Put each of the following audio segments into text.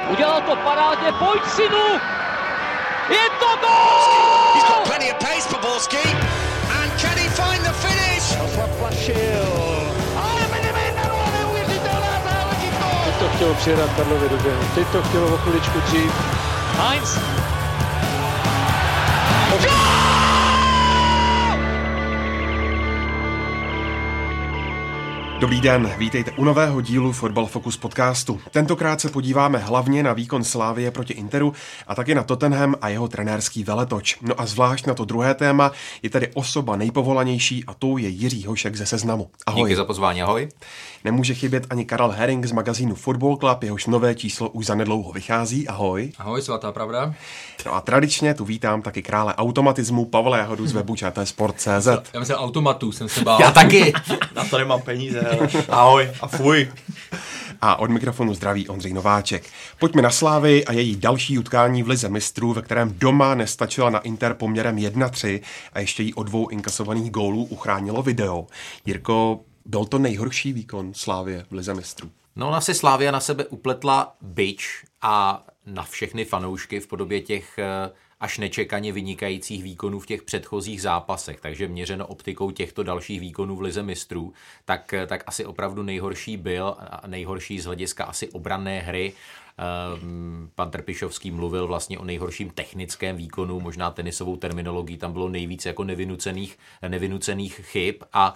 Udělal to parádně, pojď synu! Je to gól! He's got plenty of pace for Borski. And can he find the finish? Zaplašil. Ale Medvedev, neuvěřitelná záležitost! Teď to chtělo přijedat Karlově do běhu. Teď to chtělo o chviličku dřív. Heinz. Dobrý den, vítejte u nového dílu Fotbal Focus podcastu. Tentokrát se podíváme hlavně na výkon Slavie proti Interu a taky na Tottenham a jeho trenérský veletoč. No a zvlášť na to druhé téma je tedy osoba nejpovolanější a tou je Jiří Hošek ze Seznamu. Ahoj. Díky za pozvání, ahoj. Nemůže chybět ani Karel Herring z magazínu Football Club, jehož nové číslo už zanedlouho vychází. Ahoj. Ahoj, svatá pravda. No a tradičně tu vítám taky krále automatismu Pavla Jahodu z webu ČT-sport.cz. Já myslím automatů, jsem se bál. Já taky. Na to nemám peníze. Ahoj a fuj. A od mikrofonu zdraví Ondřej Nováček. Pojďme na Slávy a její další utkání v Lize mistrů, ve kterém doma nestačila na Inter poměrem 1-3 a ještě jí od 2 inkasovaných gólů uchránilo video. Jirko, byl to nejhorší výkon Slávie v Lize mistrů? No, ona si Slavia na sebe upletla bič a na všechny fanoušky v podobě těch až nečekaně vynikajících výkonů v těch předchozích zápasech. Takže měřeno optikou těchto dalších výkonů v Lize mistrů, tak asi opravdu nejhorší byl a nejhorší z hlediska asi obranné hry. Pan Trpišovský mluvil vlastně o nejhorším technickém výkonu, možná tenisovou terminologií, tam bylo nejvíc jako nevynucených chyb a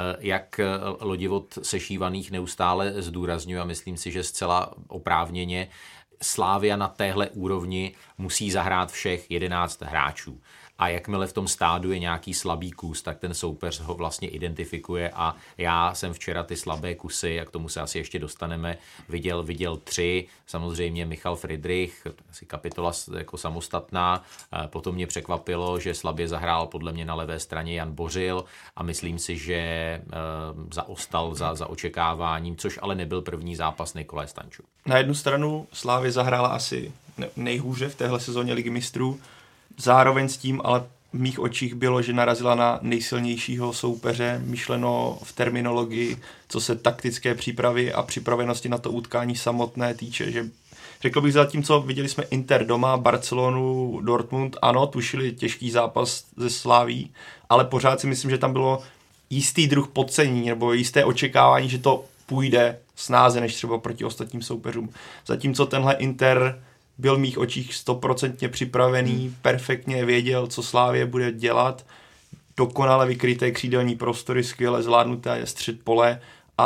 jak Lodivot sešívaných neustále zdůrazňuje a myslím si, že zcela oprávněně Slavia na téhle úrovni musí zahrát všech 11 hráčů. A jakmile v tom stádu je nějaký slabý kus, tak ten soupeř ho vlastně identifikuje a já jsem včera ty slabé kusy, a k tomu se asi ještě dostaneme, viděl 3, samozřejmě Michal Friedrich, asi kapitola jako samostatná, potom mě překvapilo, že slabě zahrál podle mě na levé straně Jan Bořil a myslím si, že zaostal za očekáváním, což ale nebyl první zápas Nikolaj Stančuk. Na jednu stranu Slavia zahrála asi nejhůře v téhle sezóně Ligy mistrů, zároveň s tím ale v mých očích bylo, že narazila na nejsilnějšího soupeře, myšleno v terminologii, co se taktické přípravy a připravenosti na to utkání samotné týče. Že řekl bych zatímco viděli jsme Inter doma, Barcelonu, Dortmund, ano, tušili těžký zápas ze Slaví, ale pořád si myslím, že tam bylo jistý druh podcenění nebo jisté očekávání, že to půjde snáze než třeba proti ostatním soupeřům. Zatímco tenhle Inter byl v mých očích 100% připravený, perfektně věděl, co Slavie bude dělat, dokonale vykryté křídelní prostory, skvěle zvládnuté střed pole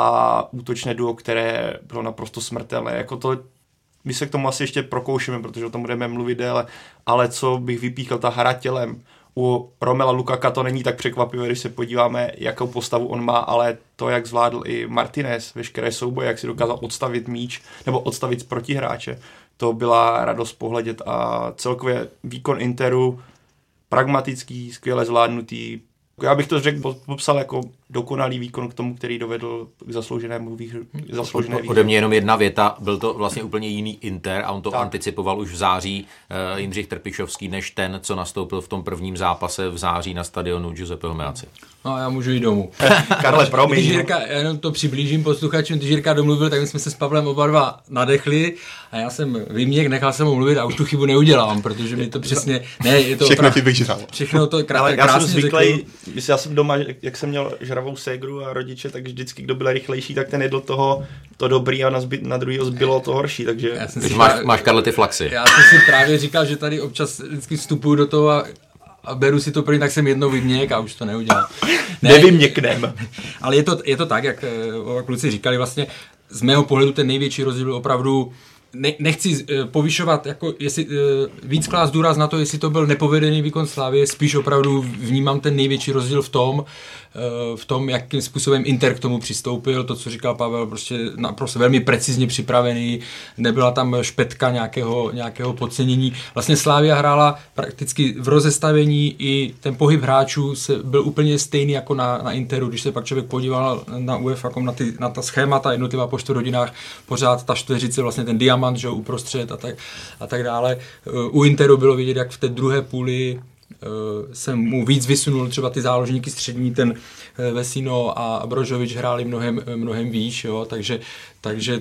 a útočné duo, které bylo naprosto smrtelné. Jako to, my se k tomu asi ještě prokoušeme, protože o tom budeme mluvit déle, ale co bych vypíchl, ta hra tělem. U Romela Lukaka to není tak překvapivé, když se podíváme, jakou postavu on má, ale to, jak zvládl i Martinez, veškeré souboje, jak si dokázal odstavit míč nebo odstavit protihráče, to byla radost pohledět a celkově výkon Interu pragmatický, skvěle zvládnutý. Já bych to popsal jako dokonalý výkon k tomu, který dovedl k zaslouženému výhře. Ode mě jenom jedna věta, byl to vlastně úplně jiný Inter a on to anticipoval už v září Jindřich Trpišovský, než ten, co nastoupil v tom prvním zápase v září na stadionu Giuseppeho Meazza. No já můžu jít domů. Karle, promiň. Když Jirka, já jenom to přiblížím posluchačům, když Jirka domluvil, tak my jsme se s Pavlem oba dva nadechli a já jsem vyměk, nechal jsem ho mluvit a už tu chybu neudělám, protože mi to přesně, ne, je to všechno ty vyžral. Všechno to krásně já jsem zvyklý, já jsem doma, jak jsem měl žravou ségru a rodiče, tak vždycky, kdo byl rychlejší, tak ten jedl to dobrý a na druhýho zbylo to horší, takže... Máš Karle ty flaxy. Já jsem si právě říkal, že tady občas vždycky vstupuju do toho a beru si to první, tak jsem jednou vyměk a už to neudělal. Nevyměknem. Ale je to tak, jak kluci říkali, vlastně z mého pohledu ten největší rozdíl byl opravdu, nechci povyšovat, jako jestli, víc klást důraz na to, jestli to byl nepovedený výkon Slavie, spíš opravdu vnímám ten největší rozdíl v tom, jakým způsobem Inter k tomu přistoupil, to, co říkal Pavel, prostě naprosto velmi precizně připravený, nebyla tam špetka nějakého podcenění. Vlastně Slavia hrála prakticky v rozestavení i ten pohyb hráčů byl úplně stejný jako na Interu, když se pak člověk podíval na UEFA, na ta schémata jednotlivá po 4 hodinách, pořád ta čtveřice, vlastně ten diamant, že uprostřed a tak dále. U Interu bylo vidět, jak v té druhé půli se mu víc vysunul, třeba ty záložníky střední, ten Vesino a Brožovič hráli mnohem výš, jo, takže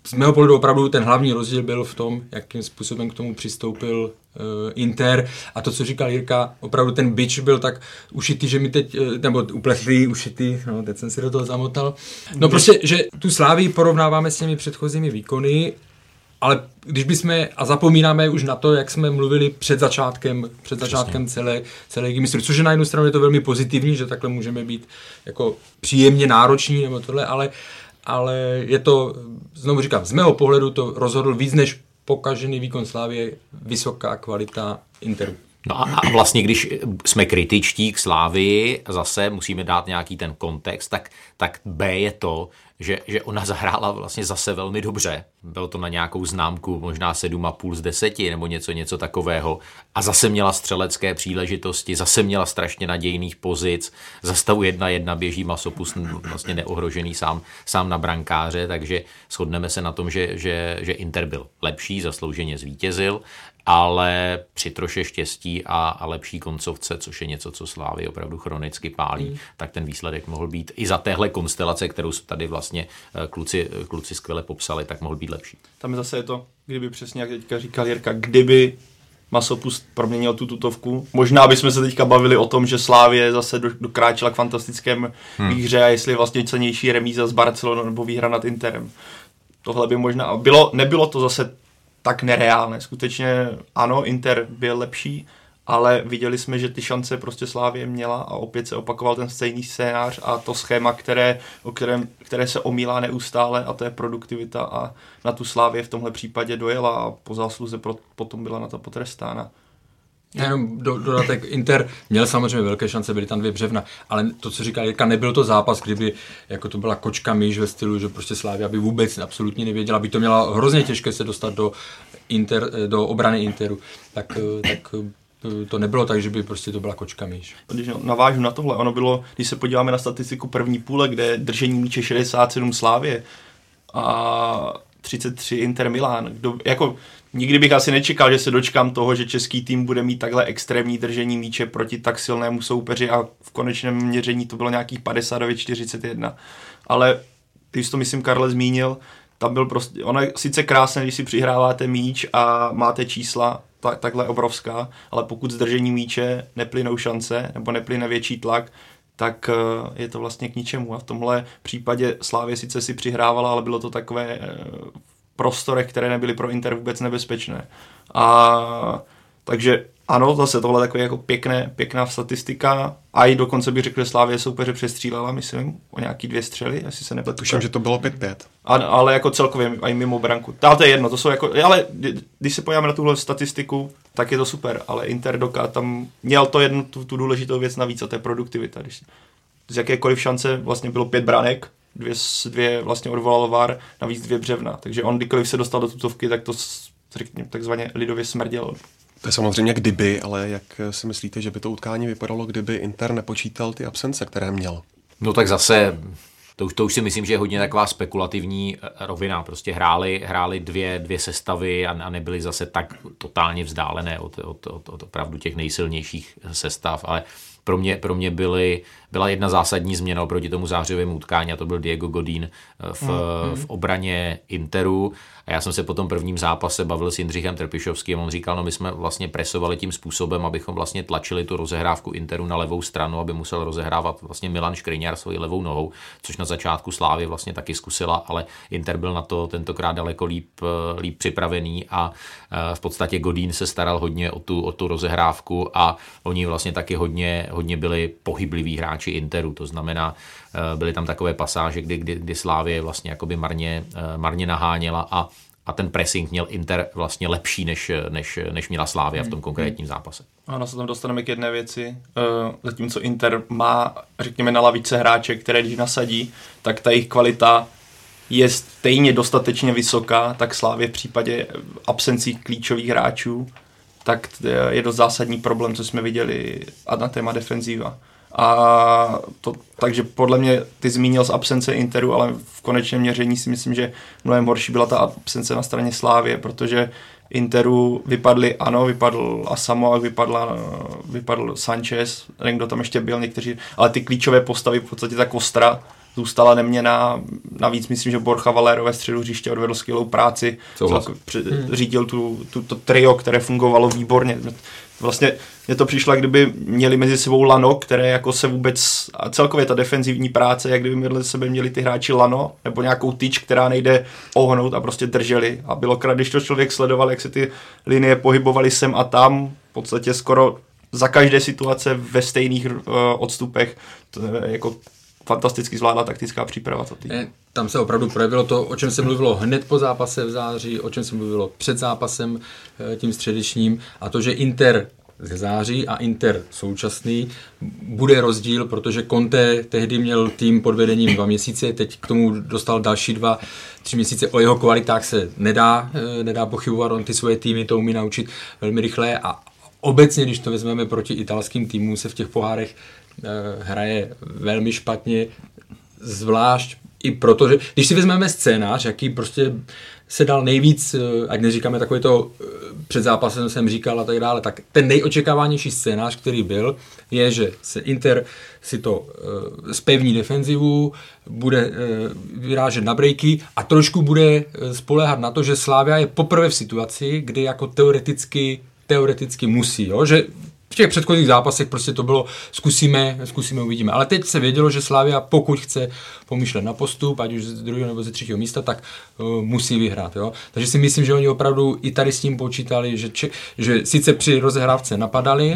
z mého pohledu opravdu ten hlavní rozdíl byl v tom, jakým způsobem k tomu přistoupil Inter, a to, co říkal Jirka, opravdu ten bič byl tak ušitý, že mi teď, nebo upletlý, ušitý, no teď jsem si do toho zamotal. No prostě, že tu Slávii porovnáváme s těmi předchozími výkony, ale když bychom, a zapomínáme už na to, jak jsme mluvili před začátkem celé ligy mistrů, což je na jednu stranu je to velmi pozitivní, že takhle můžeme být jako příjemně nároční nebo tohle, ale je to, znovu říkám, z mého pohledu to rozhodl víc než pokažený výkon Slávie, vysoká kvalita Interu. No a vlastně, když jsme kritičtí k Slávii, zase musíme dát nějaký ten kontext, tak B je to, že ona zahrála vlastně zase velmi dobře. Bylo to na nějakou známku, možná 7,5 z 10 nebo něco takového. A zase měla střelecké příležitosti, zase měla strašně nadějných pozic. Za stavu 1-1 běží Masopust vlastně neohrožený sám na brankáře, takže shodneme se na tom, že Inter byl lepší, zaslouženě zvítězil, ale při troše štěstí a lepší koncovce, což je něco, co Slávy opravdu chronicky pálí, tak ten výsledek mohl být i za téhle konstelace, kterou tady vlastně kluci skvěle popsali, tak mohl být lepší. Tam zase je to, kdyby přesně, jak teďka říkal Jirka, kdyby Masopust proměnil tu tutovku, možná bychom se teďka bavili o tom, že Slávie zase dokráčela k fantastickém výhře a jestli je vlastně cenější remíza s Barcelonou nebo výhra nad Interem. Tohle by možná nebylo to zase tak nereálné. Skutečně ano, Inter byl lepší, ale viděli jsme, že ty šance prostě Slávie měla a opět se opakoval ten stejný scénář a to schéma, které se omílá neustále, a to je produktivita, a na tu Slávie v tomhle případě dojela a po zásluze potom byla na to potrestána. Jenom dodatek, Inter měl samozřejmě velké šance, byly tam 2 břevna, ale to, co říká Jirka, nebyl to zápas, kdyby jako to byla kočka myš ve stylu, že prostě Slavia by vůbec absolutně nevěděla, by to měla hrozně těžké se dostat do obrany Interu, tak to nebylo tak, že by prostě to byla kočka myš. Když navážu na tohle, ono bylo, když se podíváme na statistiku první půle, kde držení míče 67 Slavie a 33 Inter Milan, nikdy bych asi nečekal, že se dočkám toho, že český tým bude mít takhle extrémní držení míče proti tak silnému soupeři, a v konečném měření to bylo nějakých 59-41. Ale když to, myslím, Karle zmínil, tam byl prostě, ono je sice krásné, když si přihráváte míč a máte čísla takhle obrovská, ale pokud z držení míče neplynou šance nebo neplyne větší tlak, tak je to vlastně k ničemu. A v tomhle případě Slávie sice si přihrávala, ale bylo to takové prostorech, které nebyly pro Inter vůbec nebezpečné. A takže ano, zase tohle takové jako pěkná statistika, a i dokonce bych řekl, že Slávie soupeře přestřílela, myslím, o nějaký 2 střely, jestli se nepletu. Tuším, že to bylo 5-5. Ale jako celkově i mimo branku. Ale to je jedno, to jsou jako, ale když se podíváme na tuhle statistiku, tak je to super, ale Inter tam měl to jednu tu důležitou věc navíc, a to je produktivita. Když z jakékoliv šance vlastně bylo 5 branek, 2 vlastně odvolal VAR, navíc 2 břevna. Takže on, kdykoliv se dostal do tutovky, tak to řekněme takzvaně lidově smrdělo. To je samozřejmě kdyby, ale jak si myslíte, že by to utkání vypadalo, kdyby Inter nepočítal ty absence, které měl? No tak zase, to už si myslím, že je hodně taková spekulativní rovina. Prostě hráli dvě sestavy a nebyly zase tak totálně vzdálené od opravdu těch nejsilnějších sestav, ale pro mě byla jedna zásadní změna oproti tomu zářivému utkání, a to byl Diego Godín v obraně Interu. A já jsem se po tom prvním zápase bavil s Jindřichem Trpišovským, on říkal, no my jsme vlastně presovali tím způsobem, abychom vlastně tlačili tu rozehrávku Interu na levou stranu, aby musel rozehrávat vlastně Milan Škriňar svojí levou nohou, což na začátku Slávy vlastně taky zkusila, ale Inter byl na to tentokrát daleko líp připravený a v podstatě Godín se staral hodně o tu rozehrávku a oni vlastně taky hodně byli pohybliví hráči Interu, to znamená, byly tam takové pasáže, kdy Slávie vlastně jakoby marně naháněla a ten pressing měl Inter vlastně lepší, než měla Slávia v tom konkrétním zápase. Ano, se tam dostaneme k jedné věci. Zatímco Inter má, řekněme, na lavice hráče, které když nasadí, tak ta jejich kvalita je stejně dostatečně vysoká, tak Slávě v případě absencí klíčových hráčů, tak je dost zásadní problém, co jsme viděli na téma defenziva. Takže podle mě ty zmínil z absence Interu, ale v konečném měření si myslím, že mnohem horší byla ta absence na straně Slávie, protože Interu vypadl Asamoah, vypadl Sanchez, nevím, kdo tam ještě byl, někteří, ale ty klíčové postavy, v podstatě ta Kostra, zůstala neměnná. Navíc myslím, že Borja Valero ve středu hřiště odvedl skvělou práci. Řídil to trio, které fungovalo výborně. Vlastně mně to přišlo, jak kdyby měli mezi sebou lano, které jako se vůbec, a celkově ta defenzivní práce, jak kdyby mezi sebe měli ty hráči lano, nebo nějakou tyč, která nejde ohnout a prostě drželi. A bylo krát, když to člověk sledoval, jak se ty linie pohybovaly sem a tam, v podstatě skoro za každé situace ve stejných odstupech, to je jako fantasticky zvládla taktická příprava. Tam se opravdu projevilo to, o čem se mluvilo hned po zápase v září, o čem se mluvilo před zápasem tím středečním, a to, že Inter ze září a Inter současný bude rozdíl, protože Conte tehdy měl tým pod vedením 2 měsíce, teď k tomu dostal další 2-3 měsíce. O jeho kvalitách se nedá pochybovat, on ty svoje týmy to umí naučit velmi rychle a obecně, když to vezmeme proti italským týmům, se v těch pohárech hraje velmi špatně, zvlášť i proto, že když si vezmeme scénář, jaký prostě se dal nejvíc, ať neříkáme takový to před zápasem jsem říkal a tak dále, tak ten nejočekávanější scénář, který byl, je, že se Inter si to zpevní defenzivu, bude vyrážet na breaky a trošku bude spoléhat na to, že Slavia je poprvé v situaci, kdy jako teoreticky musí, jo? Že v těch předchozích zápasech prostě to bylo zkusíme, uvidíme. Ale teď se vědělo, že Slavia, pokud chce pomýšlet na postup, ať už z 2. nebo ze 3. místa, tak musí vyhrát. Jo? Takže si myslím, že oni opravdu i tady s tím počítali, že sice při rozehrávce napadali,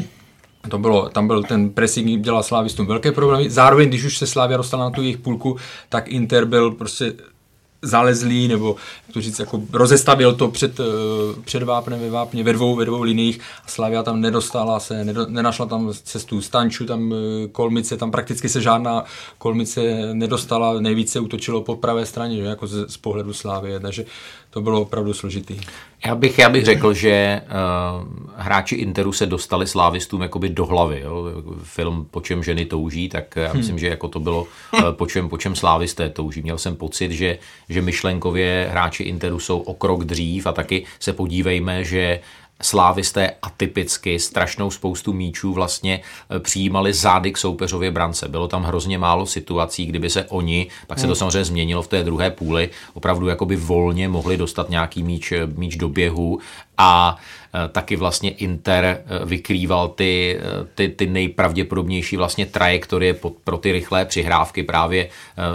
tam byl ten pressing, dělal Slavistům velké problémy. Zároveň, když už se Slavia dostala na tu jejich půlku, tak Inter byl prostě zalezlý, nebo jak to říct, jako rozestavil to před vápnem ve vápně ve dvou liniích a Slavia tam nenašla tam cestu Stanču, tam Kolmice, tam prakticky se žádná Kolmice nedostala, nejvíce útočilo po pravé straně, že, jako z pohledu Slavie, takže to bylo opravdu složitý. Já bych řekl, že hráči Interu se dostali slávistům jakoby do hlavy. Jo? Film Po čem ženy touží, tak já myslím, že jako to bylo po čem slávisté touží. Měl jsem pocit, že myšlenkově hráči Interu jsou o krok dřív a taky se podívejme, že slávisté atypicky strašnou spoustu míčů vlastně přijímali zády k soupeřově brance. Bylo tam hrozně málo situací, kdyby se oni, pak se to samozřejmě změnilo v té druhé půli, opravdu jakoby volně mohli dostat nějaký míč do běhu a taky vlastně Inter vykrýval ty nejpravděpodobnějnější vlastně trajektorie pro ty rychlé přihrávky, právě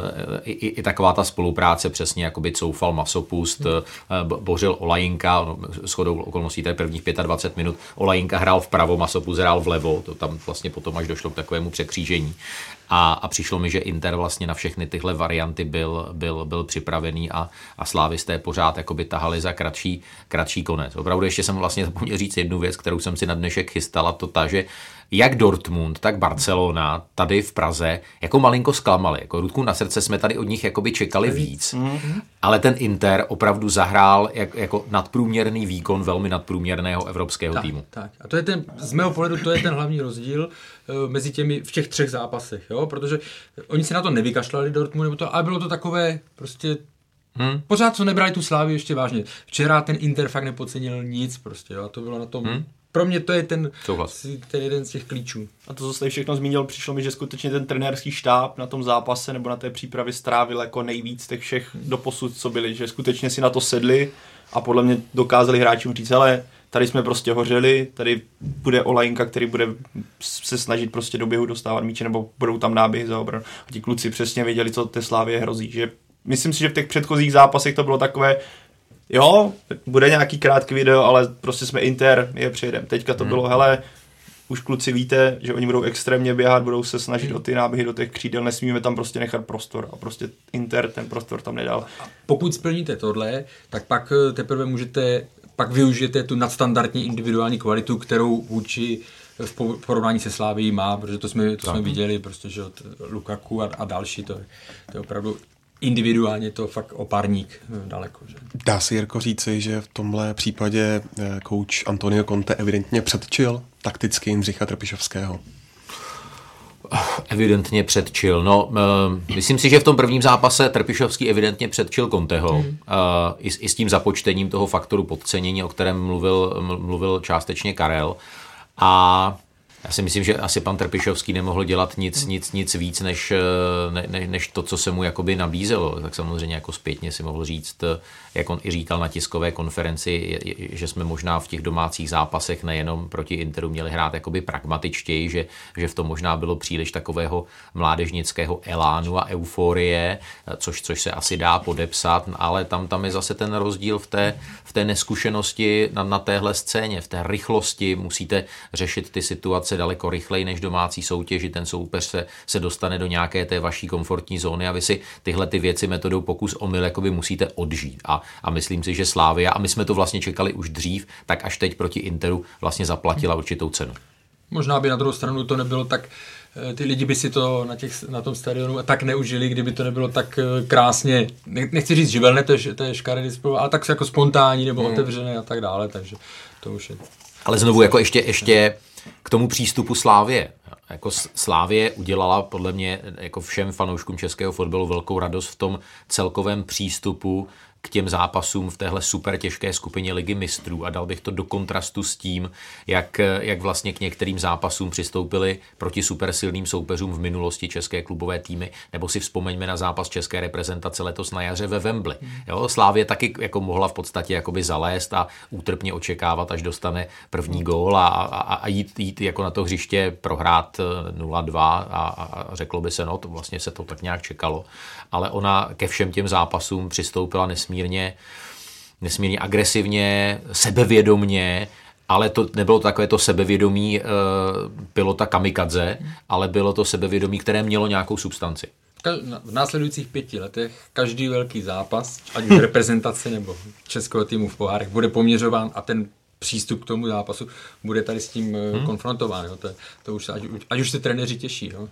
i taková ta spolupráce, přesně jakoby coufal Masopust, bořil Olajinka, shodou okolností tady prvních 25 minut Olajinka hrál vpravo, Masopust hrál vlevo, to tam vlastně potom až došlo k takovému překřížení. A přišlo mi, že Inter vlastně na všechny tyhle varianty byl připravený a slávisté pořád jakoby tahali za kratší konec. Opravdu ještě jsem vlastně zapomněl říct jednu věc, kterou jsem si na dnešek chystala, že jak Dortmund, tak Barcelona tady v Praze jako malinko zklamali. Jako ruku na srdce jsme tady od nich jakoby čekali víc. Ale ten Inter opravdu zahrál jako nadprůměrný výkon velmi nadprůměrného evropského týmu. Tak. A to je z mého pohledu to je ten hlavní rozdíl mezi těmi v těch 3 zápasech, jo? Protože oni se na to nevykašlali Dortmund, ale bylo to takové prostě pořád co nebrali tu Slávii ještě vážně. Včera ten Inter fakt nepodcenil nic prostě, jo? A to bylo na tom. Pro mě to je ten jeden z těch klíčů. A to, co jste všechno zmínil, přišlo mi, že skutečně ten trenérský štáb na tom zápase nebo na té přípravě strávil jako nejvíc těch všech doposud, co byli, že skutečně si na to sedli a podle mě dokázali hráčům říct, ale tady jsme prostě hořeli, tady bude Olajinka, který bude se snažit prostě do běhu dostávat míče, nebo budou tam náběhy za obranu. A ti kluci přesně věděli, co té Slávě hrozí. Že myslím si, že v těch předchozích zápasech to bylo takové, jo, bude nějaký krátký video, ale prostě jsme Inter, je přijedem. Teďka to bylo, hele, už kluci víte, že oni budou extrémně běhat, budou se snažit o ty náběhy do těch křídel, nesmíme tam prostě nechat prostor a prostě Inter ten prostor tam nedal. Pokud splníte tohle, tak pak teprve pak využijete tu nadstandardní individuální kvalitu, kterou vůči v porovnání se Slavií má, protože to jsme viděli, prostě, že od Lukaku a další, to je opravdu individuálně to fakt opárník daleko. Že? Dá se, Jirko, říci, že v tomhle případě kouč Antonio Conte evidentně předčil takticky Jindřicha Trpišovského? Evidentně předčil. No, myslím si, že v tom prvním zápase Trpišovský evidentně předčil Conteho. I s tím započtením toho faktoru podcenění, o kterém mluvil částečně Karel. A Já si myslím, že asi pan Trpišovský nemohl dělat nic víc, než to, co se mu jakoby nabízelo. Tak samozřejmě jako zpětně si mohl říct, jak on i říkal na tiskové konferenci, že jsme možná v těch domácích zápasech nejenom proti Interu měli hrát jakoby pragmatičtěji, že v tom možná bylo příliš takového mládežnického elánu a euforie, což se asi dá podepsat, ale tam je zase ten rozdíl v té neskušenosti na téhle scéně, v té rychlosti. Musíte řešit ty situace daleko rychleji než domácí soutěži, ten soupeř se dostane do nějaké té vaší komfortní zóny a vy si tyhle ty věci metodou pokus omyl jakoby musíte odžít. A myslím si, že Slavia, a my jsme to vlastně čekali už dřív, tak až teď proti Interu vlastně zaplatila určitou cenu. Možná by na druhou stranu to nebylo tak, ty lidi by si to na tom stadionu tak neužili, kdyby to nebylo tak krásně, nechci říct živelné, to je škaredý způsob, ale tak jako spontánní nebo otevřené a tak dále, takže to už je. Ale znovu jako ještě k tomu přístupu Slavie. Jako Slavie udělala podle mě jako všem fanouškům českého fotbalu velkou radost v tom celkovém přístupu k těm zápasům v téhle super těžké skupině Ligy mistrů a dal bych to do kontrastu s tím, jak vlastně k některým zápasům přistoupili proti supersilným soupeřům v minulosti české klubové týmy, nebo si vzpomeňme na zápas české reprezentace letos na jaře ve Wembley. Jo, Slavie taky jako mohla v podstatě jakoby zalézt a útrpně očekávat, až dostane první gól a jít jako na to hřiště prohrát 0-2 a řeklo by se, no to vlastně se to tak nějak čekalo, ale ona ke všem těm zápasům přistoupila nesmírně agresivně, sebevědomně, ale to nebylo takové to sebevědomí pilota kamikadze, ale bylo to sebevědomí, které mělo nějakou substanci. V následujících 5 letech každý velký zápas, ať už reprezentace nebo českého týmu v pohárech, bude poměřován a ten přístup k tomu zápasu bude tady s tím konfrontován. Jo. To už ať už se trenéři těší. Jo.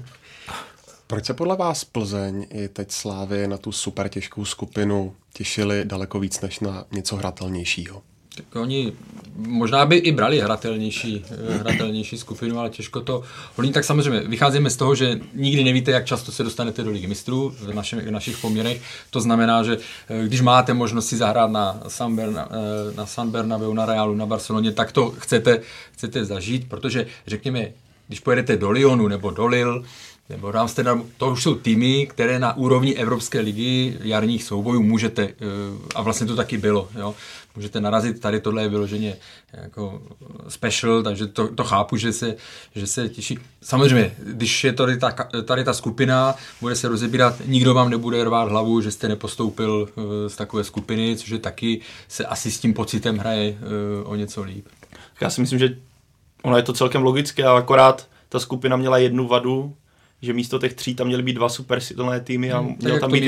Proč se podle vás Plzeň i teď Slavie na tu super těžkou skupinu těšili daleko víc než na něco hratelnějšího? Tak oni možná by i brali hratelnější skupinu, ale těžko to. Oni tak samozřejmě vycházíme z toho, že nikdy nevíte, jak často se dostanete do Ligy mistrů v našich poměrech. To znamená, že když máte možnost si zahrát na San Bernabeu, na Realu, na Barceloně, tak to chcete zažít, protože řekněme, když pojedete do Lyonu nebo do Lille, nebo do Amsterdamu, to už jsou týmy, které na úrovni Evropské ligy jarních soubojů můžete, a vlastně to taky bylo, jo, můžete narazit, tady tohle je vyloženě jako special, takže to chápu, že se těší. Samozřejmě, když je tady ta skupina, bude se rozebírat, nikdo vám nebude rvát hlavu, že jste nepostoupil z takové skupiny, což je taky se asi s tím pocitem hraje o něco líp. Já si myslím, že ono je to celkem logické, ale akorát ta skupina měla jednu vadu, že místo těch 3 tam měly být 2 super silné týmy a měl tam být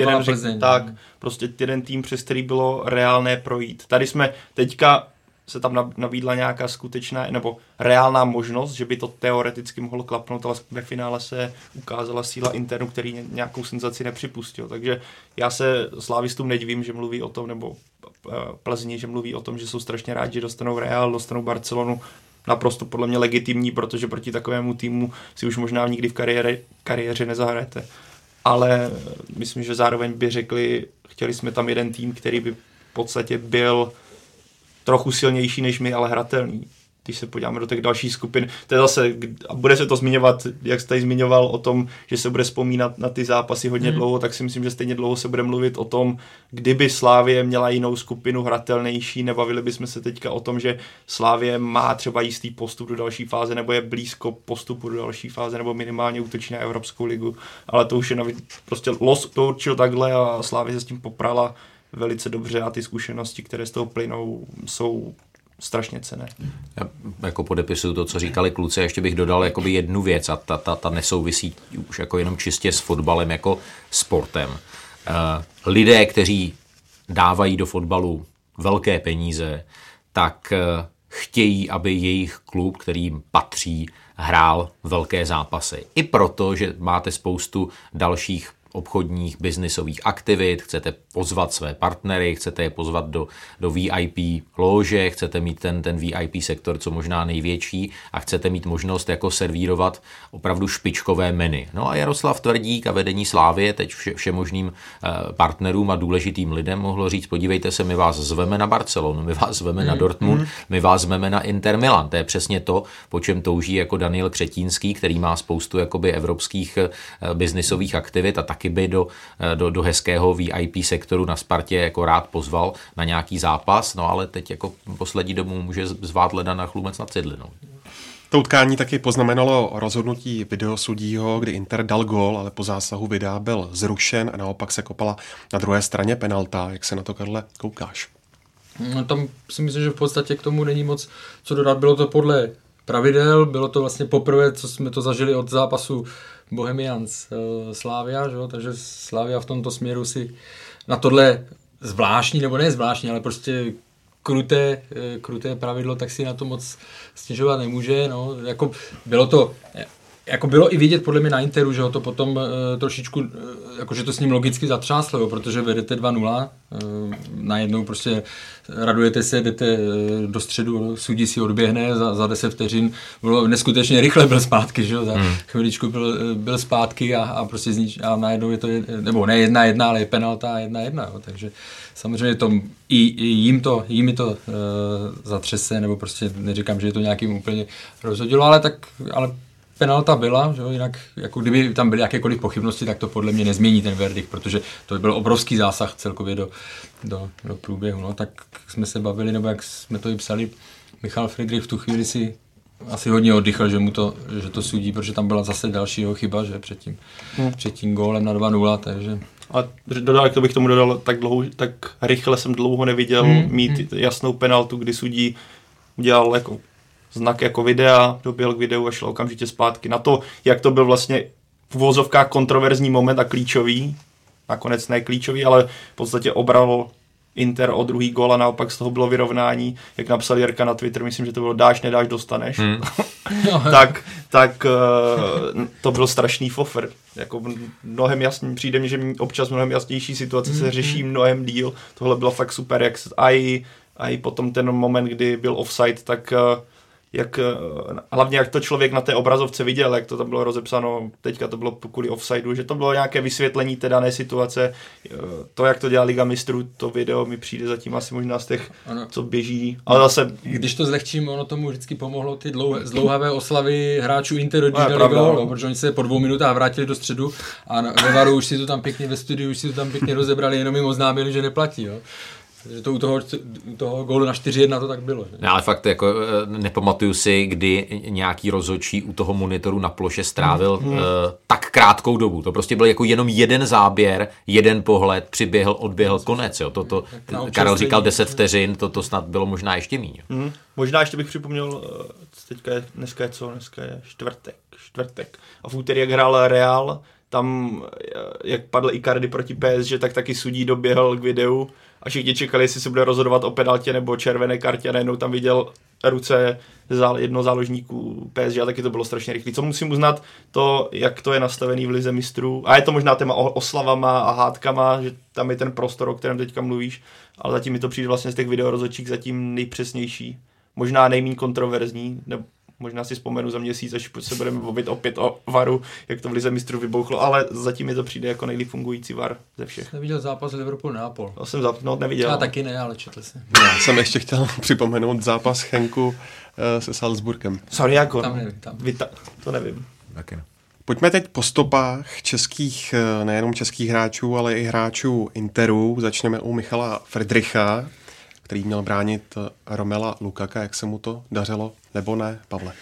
jeden tým, přes který bylo reálné projít. Tady jsme teďka se tam nabídla nějaká skutečná nebo reálná možnost, že by to teoreticky mohlo klapnout, ale ve finále se ukázala síla Interu, který nějakou senzaci nepřipustil. Takže já se slávistům nedivím, že mluví o tom, nebo Plzni, že mluví o tom, že jsou strašně rádi, že dostanou Real, dostanou Barcelonu. Naprosto podle mě legitimní, protože proti takovému týmu si už možná nikdy v kariéře nezahrajete. Ale myslím, že zároveň by řekli, chtěli jsme tam jeden tým, který by v podstatě byl trochu silnější než my, ale hratelný. Když se podíváme do těch dalších skupin, to je zase, a bude se to zmiňovat, jak jste tady zmiňoval o tom, že se bude vzpomínat na ty zápasy hodně dlouho, tak si myslím, že stejně dlouho se bude mluvit o tom, kdyby Slavie měla jinou skupinu hratelnější, nebavili bychom se teďka o tom, že Slavie má třeba jistý postup do další fáze, nebo je blízko postupu do další fáze, nebo minimálně útočí na Evropskou ligu, ale to už je prostě los to určil takhle a Slavie se s tím poprala velice dobře a ty zkušenosti, které z toho plynou, jsou strašně cenné. Já jako podepisuju to, co říkali kluci, a ještě bych dodal jakoby jednu věc a ta nesouvisí už jako jenom čistě s fotbalem jako sportem. Lidé, kteří dávají do fotbalu velké peníze, tak chtějí, aby jejich klub, kterým patří, hrál velké zápasy. I proto, že máte spoustu dalších obchodních, biznisových aktivit, chcete pozvat své partnery, chcete je pozvat do VIP lóže, chcete mít ten VIP sektor co možná největší a chcete mít možnost jako servírovat opravdu špičkové menu. No a Jaroslav Tvrdík a vedení Slavie teď všemožným partnerům a důležitým lidem mohlo říct, podívejte se, my vás zveme na Barcelonu, my vás zveme na Dortmund, my vás zveme na Inter Milan. To je přesně to, po čem touží jako Daniel Křetínský, který má spoustu jakoby evropských biznisových aktivit a taky by do hezkého VIP sektoru na Spartě jako rád pozval na nějaký zápas, no ale teď jako poslední dobu může zvát leda na Chlumec nad Cidlinou. To utkání taky poznamenalo rozhodnutí videosudího, kdy Inter dal gól, ale po zásahu videa byl zrušen a naopak se kopala na druhé straně penalta. Jak se na to, Karle, koukáš? No, tam si myslím, že v podstatě k tomu není moc co dodat. Bylo to podle pravidel, bylo to vlastně poprvé, co jsme to zažili od zápasu Bohemians Slavia, že? Takže Slavia v tomto směru si na tohle zvláštní, nebo ne zvláštní, ale prostě kruté pravidlo, tak si na to moc stěžovat nemůže. No. Bylo i vidět podle mě na Interu, že ho to potom trošičku, jakože to s ním logicky zatřáslo, jo, protože vedete 2-0, najednou prostě radujete se, jdete do středu, sudí si odběhne, za 10 vteřin bylo neskutečně rychle, byl zpátky, že jo, za chviličku byl zpátky a prostě a najednou je to, nebo ne 1-1, ale je penalta 1-1, jo, takže samozřejmě to, jim to zatřese, nebo prostě neříkám, že je to nějakým úplně rozhodilo, ale penalta byla, že? Jinak jako kdyby tam byly jakékoliv pochybnosti, tak to podle mě nezmění ten verdikt, protože to by byl obrovský zásah celkově do průběhu. No, tak jsme se bavili, nebo jak jsme to i psali, Michal Friedrich v tu chvíli si asi hodně oddychl, že to sudí, protože tam byla zase další jeho chyba, že před tím gólem na 2-0, takže... A to bych tomu dodal, tak rychle jsem dlouho neviděl mít jasnou penaltu, kdy sudí udělal jako znak jako videa, doběhl k videu a šel okamžitě zpátky. Na to, jak to byl vlastně v uvozovkách kontroverzní moment a klíčový, nakonec ne klíčový, ale v podstatě obral Inter o druhý gól a naopak z toho bylo vyrovnání, jak napsal Jirka na Twitter, myslím, že to bylo dáš, nedáš, dostaneš. tak to byl strašný fofr. Jako mnohem jasný, přijde mi, že občas mnohem jasnější situace se řeší mnohem díl. Tohle bylo fakt super, jak a i potom ten moment, kdy byl offside, tak hlavně jak to člověk na té obrazovce viděl, jak to tam bylo rozepsáno, teďka to bylo kvůli offsideu, že to bylo nějaké vysvětlení té dané situace, to, jak to dělá Liga mistrů, to video mi přijde zatím asi možná z těch, co běží, ale zase... Když to zlehčím, ono tomu vždycky pomohlo ty zdlouhavé oslavy hráčů Interu, když dali gól, protože oni se po 2 minutách vrátili do středu a ve VARu už si to tam pěkně, ve studiu už si to tam pěkně rozebrali, jenom jim oznámili, že neplatí, jo. Takže to u toho gólu na 4-1 to tak bylo. Ne, ale fakt jako nepamatuju si, kdy nějaký rozhodčí u toho monitoru na ploše strávil tak krátkou dobu. To prostě byl jako jenom jeden záběr, jeden pohled, přiběhl, odběhl, konec. Jo. Karel říkal 10 vteřin, to snad bylo možná ještě míň. Možná ještě bych připomněl, dneska je čtvrtek. A v úterý, jak hrál Real, tam, jak padl Icardi proti PSG, tak taky sudí doběhl k videu a všichni čekali, jestli se bude rozhodovat o penaltě nebo červené kartě a najednou tam viděl ruce jednoho záložníků PSG a taky to bylo strašně rychlé. Co musím uznat, to, jak to je nastavený v Lize mistrů, a je to možná téma oslavama a hádkama, že tam je ten prostor, o kterém teďka mluvíš, ale zatím mi to přijde vlastně z těch videorozhodčích zatím nejpřesnější, možná nejméně kontroverzní, nebo možná si vzpomenu za měsíc, až se budeme bavit opět o VARu, jak to v Lize mistrů vybouchlo, ale zatím mi to přijde jako nejlíp fungující VAR ze všech. Jsi neviděl zápas Liverpool-Neapol? To jsem neviděl. Já taky ne, ale četl jsem. Já jsem ještě chtěl připomenout zápas Chenku se Salzburgem. Sorry, jako. Tam nevím. To nevím. Taky ne. Pojďme teď po stopách českých, nejenom českých hráčů, ale i hráčů Interu. Začneme u Michala Friedricha, který měl bránit Romela Lukaka. Jak se mu to dařilo? Nebo ne, Pavle?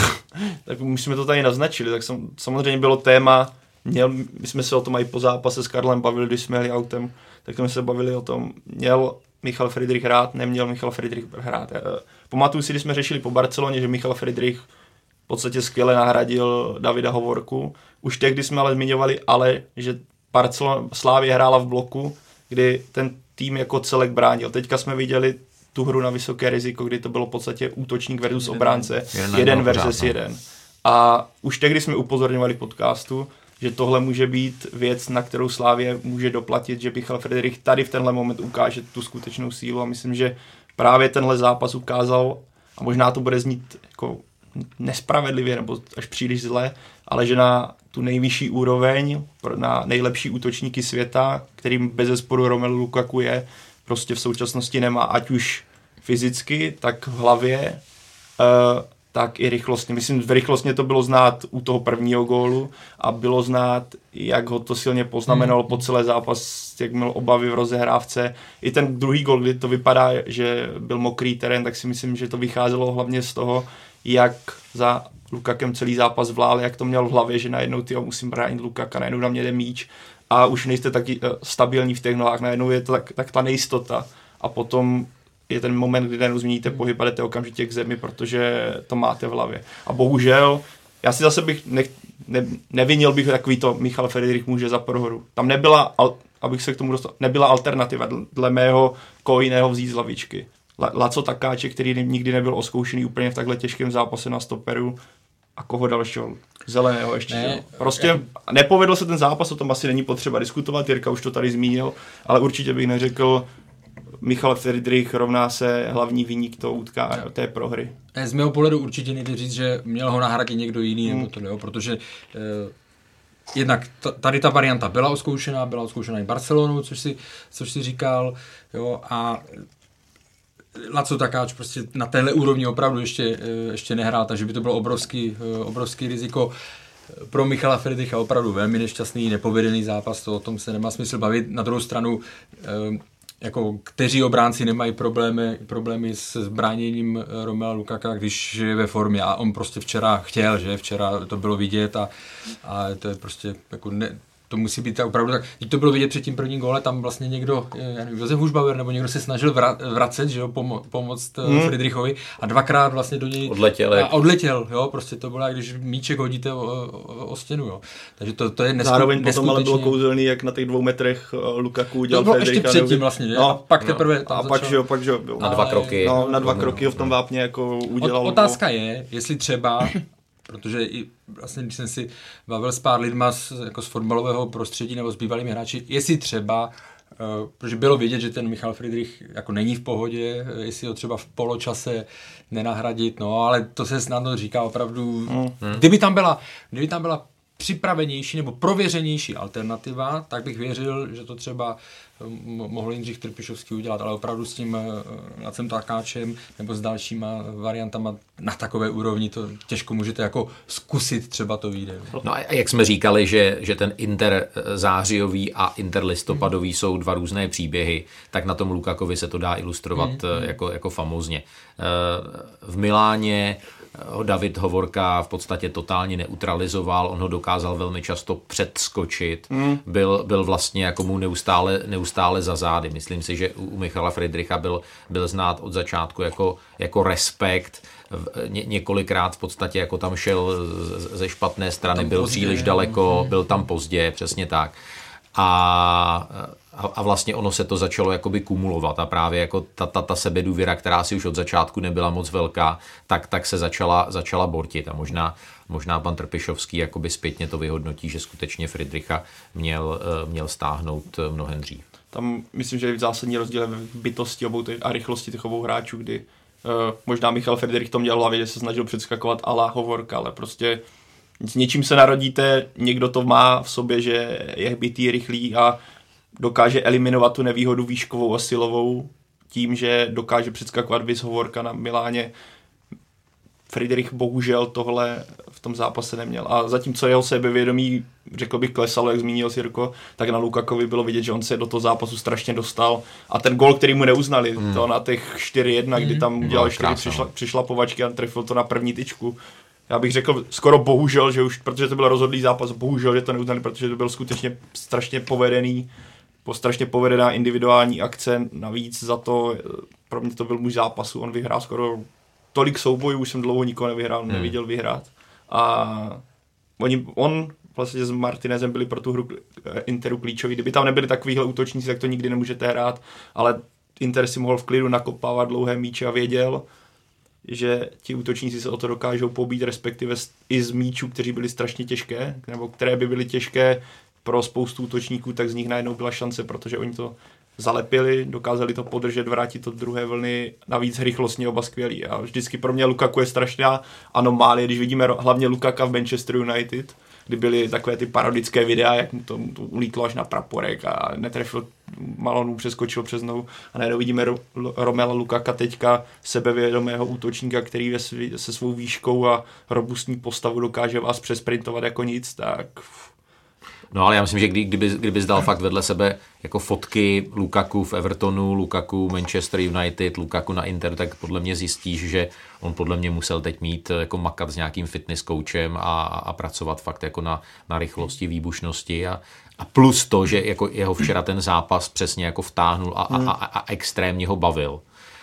Tak my jsme to tady naznačili, tak samozřejmě bylo téma, my jsme se o tom i po zápase s Karlem bavili, když jsme jeli autem, tak jsme se bavili o tom, měl Michal Friedrich hrát, neměl Michal Friedrich hrát. Pamatuju si, když jsme řešili po Barceloně, že Michal Friedrich v podstatě skvěle nahradil Davida Hovorku. Už tehdy jsme ale zmiňovali, že Slavie hrála v bloku, kdy ten tým jako celek bránil. Teďka jsme viděli tu hru na vysoké riziko, kdy to bylo v podstatě útočník versus obránce, jeden versus jeden. A už tehdy jsme upozorňovali v podcastu, že tohle může být věc, na kterou Slavie může doplatit, že Michal Friedrich tady v tenhle moment ukáže tu skutečnou sílu a myslím, že právě tenhle zápas ukázal, a možná to bude znít jako nespravedlivě nebo až příliš zle, ale že na tu nejvyšší úroveň, na nejlepší útočníky světa, kterým bezesporu Romelu Lukaku je, prostě v současnosti nemá, ať už fyzicky, tak v hlavě, tak i rychlostně. Myslím, že rychlostně to bylo znát u toho prvního gólu a bylo znát, jak ho to silně poznamenalo po celé zápas, jak měl obavy v rozehrávce. I ten druhý gól, kdy to vypadá, že byl mokrý terén, tak si myslím, že to vycházelo hlavně z toho, jak za Lukakem celý zápas vlál, jak to měl v hlavě, že najednou musím bránit Lukaka, najednou na mě jde míč a už nejste taky stabilní v těch nohách, najednou je to tak ta nejistota a potom je ten moment, kdy najednou změníte pohyb a jdete okamžitě k zemi, protože to máte v hlavě. A bohužel, já si zase bych nevinil bych takový to Michal Friedrich může za prohru. Tam nebyla, abych se k tomu dostal, nebyla alternativa dle mého koho jiného vzít z lavičky. Laco Takáče, který nikdy nebyl oskoušený úplně v takhle těžkém zápase na stoperu a koho dalšího? Zeleného ještě. Ne, prostě nepovedl se ten zápas, o tom asi není potřeba diskutovat, Jirka už to tady zmínil, ale určitě bych neřekl, Michal Friedrich rovná se hlavní viník toho utkání, té prohry. Z mého pohledu určitě nejde říct, že měl ho nahradit někdo jiný, nebo to, jo, protože jednak tady ta varianta byla oskoušená i Barcelonou, což si říkal, jo, a Laco Takáč prostě na téhle úrovni opravdu ještě nehrál, takže by to bylo obrovský riziko. Pro Michala Friedricha opravdu velmi nešťastný, nepovedený zápas, to o tom se nemá smysl bavit. Na druhou stranu, jako kteří obránci nemají problémy s bráněním Romela Lukaka, když je ve formě a on prostě včera to bylo vidět a to je prostě jako to musí být opravdu tak. Když to bylo vidět před tím prvním góle, tam vlastně někdo, Josef Hušbauer nebo někdo se snažil vracet, že jo, pomoct Friedrichovi a dvakrát vlastně do něj odletěl, jo, prostě to bylo, jak když míček hodíte o stěnu, jo. Takže to je zároveň potom ale bylo kouzelný, jak na těch 2 metrech Lukaku udělal Friedricha. Ještě předtím vlastně, že? A pak teprve tam začal. Pak, že jo. Na 2 kroky. No, na 2 kroky ho v tom vápně jako udělal. Otázka je, jestli třeba protože i vlastně, když jsem si bavil s pár lidma jako z fotbalového prostředí nebo s bývalými hráči, jestli třeba, protože bylo vidět, že ten Michal Friedrich jako není v pohodě, jestli ho třeba v poločase nenahradit, no, ale to se snadno říká opravdu, kdyby tam byla připravenější nebo prověřenější alternativa, tak bych věřil, že to třeba mohl Jindřich Trpišovský udělat, ale opravdu s tím Lacem Takáčem nebo s dalšíma variantama na takové úrovni to těžko můžete jako zkusit, třeba to vyjde. No a jak jsme říkali, že ten Inter zářijový a Inter listopadový jsou 2 různé příběhy, tak na tom Lukakovi se to dá ilustrovat jako famózně. V Miláně ho David Hovorka v podstatě totálně neutralizoval, on ho dokázal velmi často předskočit, byl vlastně jako mu neustále za zády. Myslím si, že u Michala Friedricha byl znát od začátku jako respekt, několikrát v podstatě jako tam šel ze špatné strany, byl pozdě, příliš daleko, byl tam pozdě, přesně tak. A vlastně ono se to začalo jakoby kumulovat a právě jako ta sebedůvěra, která si už od začátku nebyla moc velká, tak se začala bortit a možná pan Trpišovský jakoby zpětně to vyhodnotí, že skutečně Friedricha měl stáhnout mnohem dřív. Tam myslím, že je zásadní rozdíl v bytosti a rychlosti těch obou hráčů, kdy možná Michal Friedrich to měl v hlavě, že se snažil předskakovat a la Hovorka, ale prostě s něčím se narodíte, někdo to má v sobě, že je bytý, rychlý a dokáže eliminovat tu nevýhodu výškovou a silovou tím, že dokáže předskakovat vis Hovorka na Miláně. Friedrich bohužel tohle v tom zápase neměl. A zatímco jeho sebevědomí, řekl bych, klesalo, jak zmínil Jirko, tak na Lukakovi bylo vidět, že on se do toho zápasu strašně dostal. A ten gól, který mu neuznali, to na těch 4-1, kdy tam udělal 4 přišlapovačky a trefil to na první tyčku. Já bych řekl skoro bohužel, že už, protože to byl rozhodlý zápas, bohužel, že to neuznali, protože to byl skutečně strašně strašně povedená individuální akce, navíc za to, pro mě to byl můj zápasu, on vyhrál skoro tolik soubojů, už jsem dlouho nikoho neviděl vyhrát. A on vlastně s Martinezem byli pro tu hru Interu klíčoví. Kdyby tam nebyli takovýhle útočníci, tak to nikdy nemůžete hrát, ale Inter si mohl v klidu nakopávat dlouhé míče a věděl, že ti útočníci se o to dokážou pobít, respektive i z míčů, kteří byli strašně těžké, nebo které by byly těžké pro spoustu útočníků, tak z nich najednou byla šance, protože oni to zalepili, dokázali to podržet, vrátit to do druhé vlny, navíc rychlostně oba skvělí. A vždycky pro mě Lukaku je strašná anomálie, když vidíme hlavně Lukaka v Manchester United, kdy byly takové ty parodické videa, jak mu to ulítlo až na praporek a netrefil Malonu, přeskočil přes nohu. A najednou vidíme Romela Lukaka teďka, sebevědomého útočníka, který se svou výškou a robustní postavu dokáže vás přesprintovat jako nic, tak... No ale já myslím, že kdyby dal fakt vedle sebe jako fotky Lukaku v Evertonu, Lukaku Manchester United, Lukaku na Inter, tak podle mě zjistíš, že on podle mě musel teď mít jako makat s nějakým fitness coachem a pracovat fakt jako na rychlosti, výbušnosti a plus to, že jako jeho včera ten zápas přesně jako vtáhnul a extrémně ho bavil.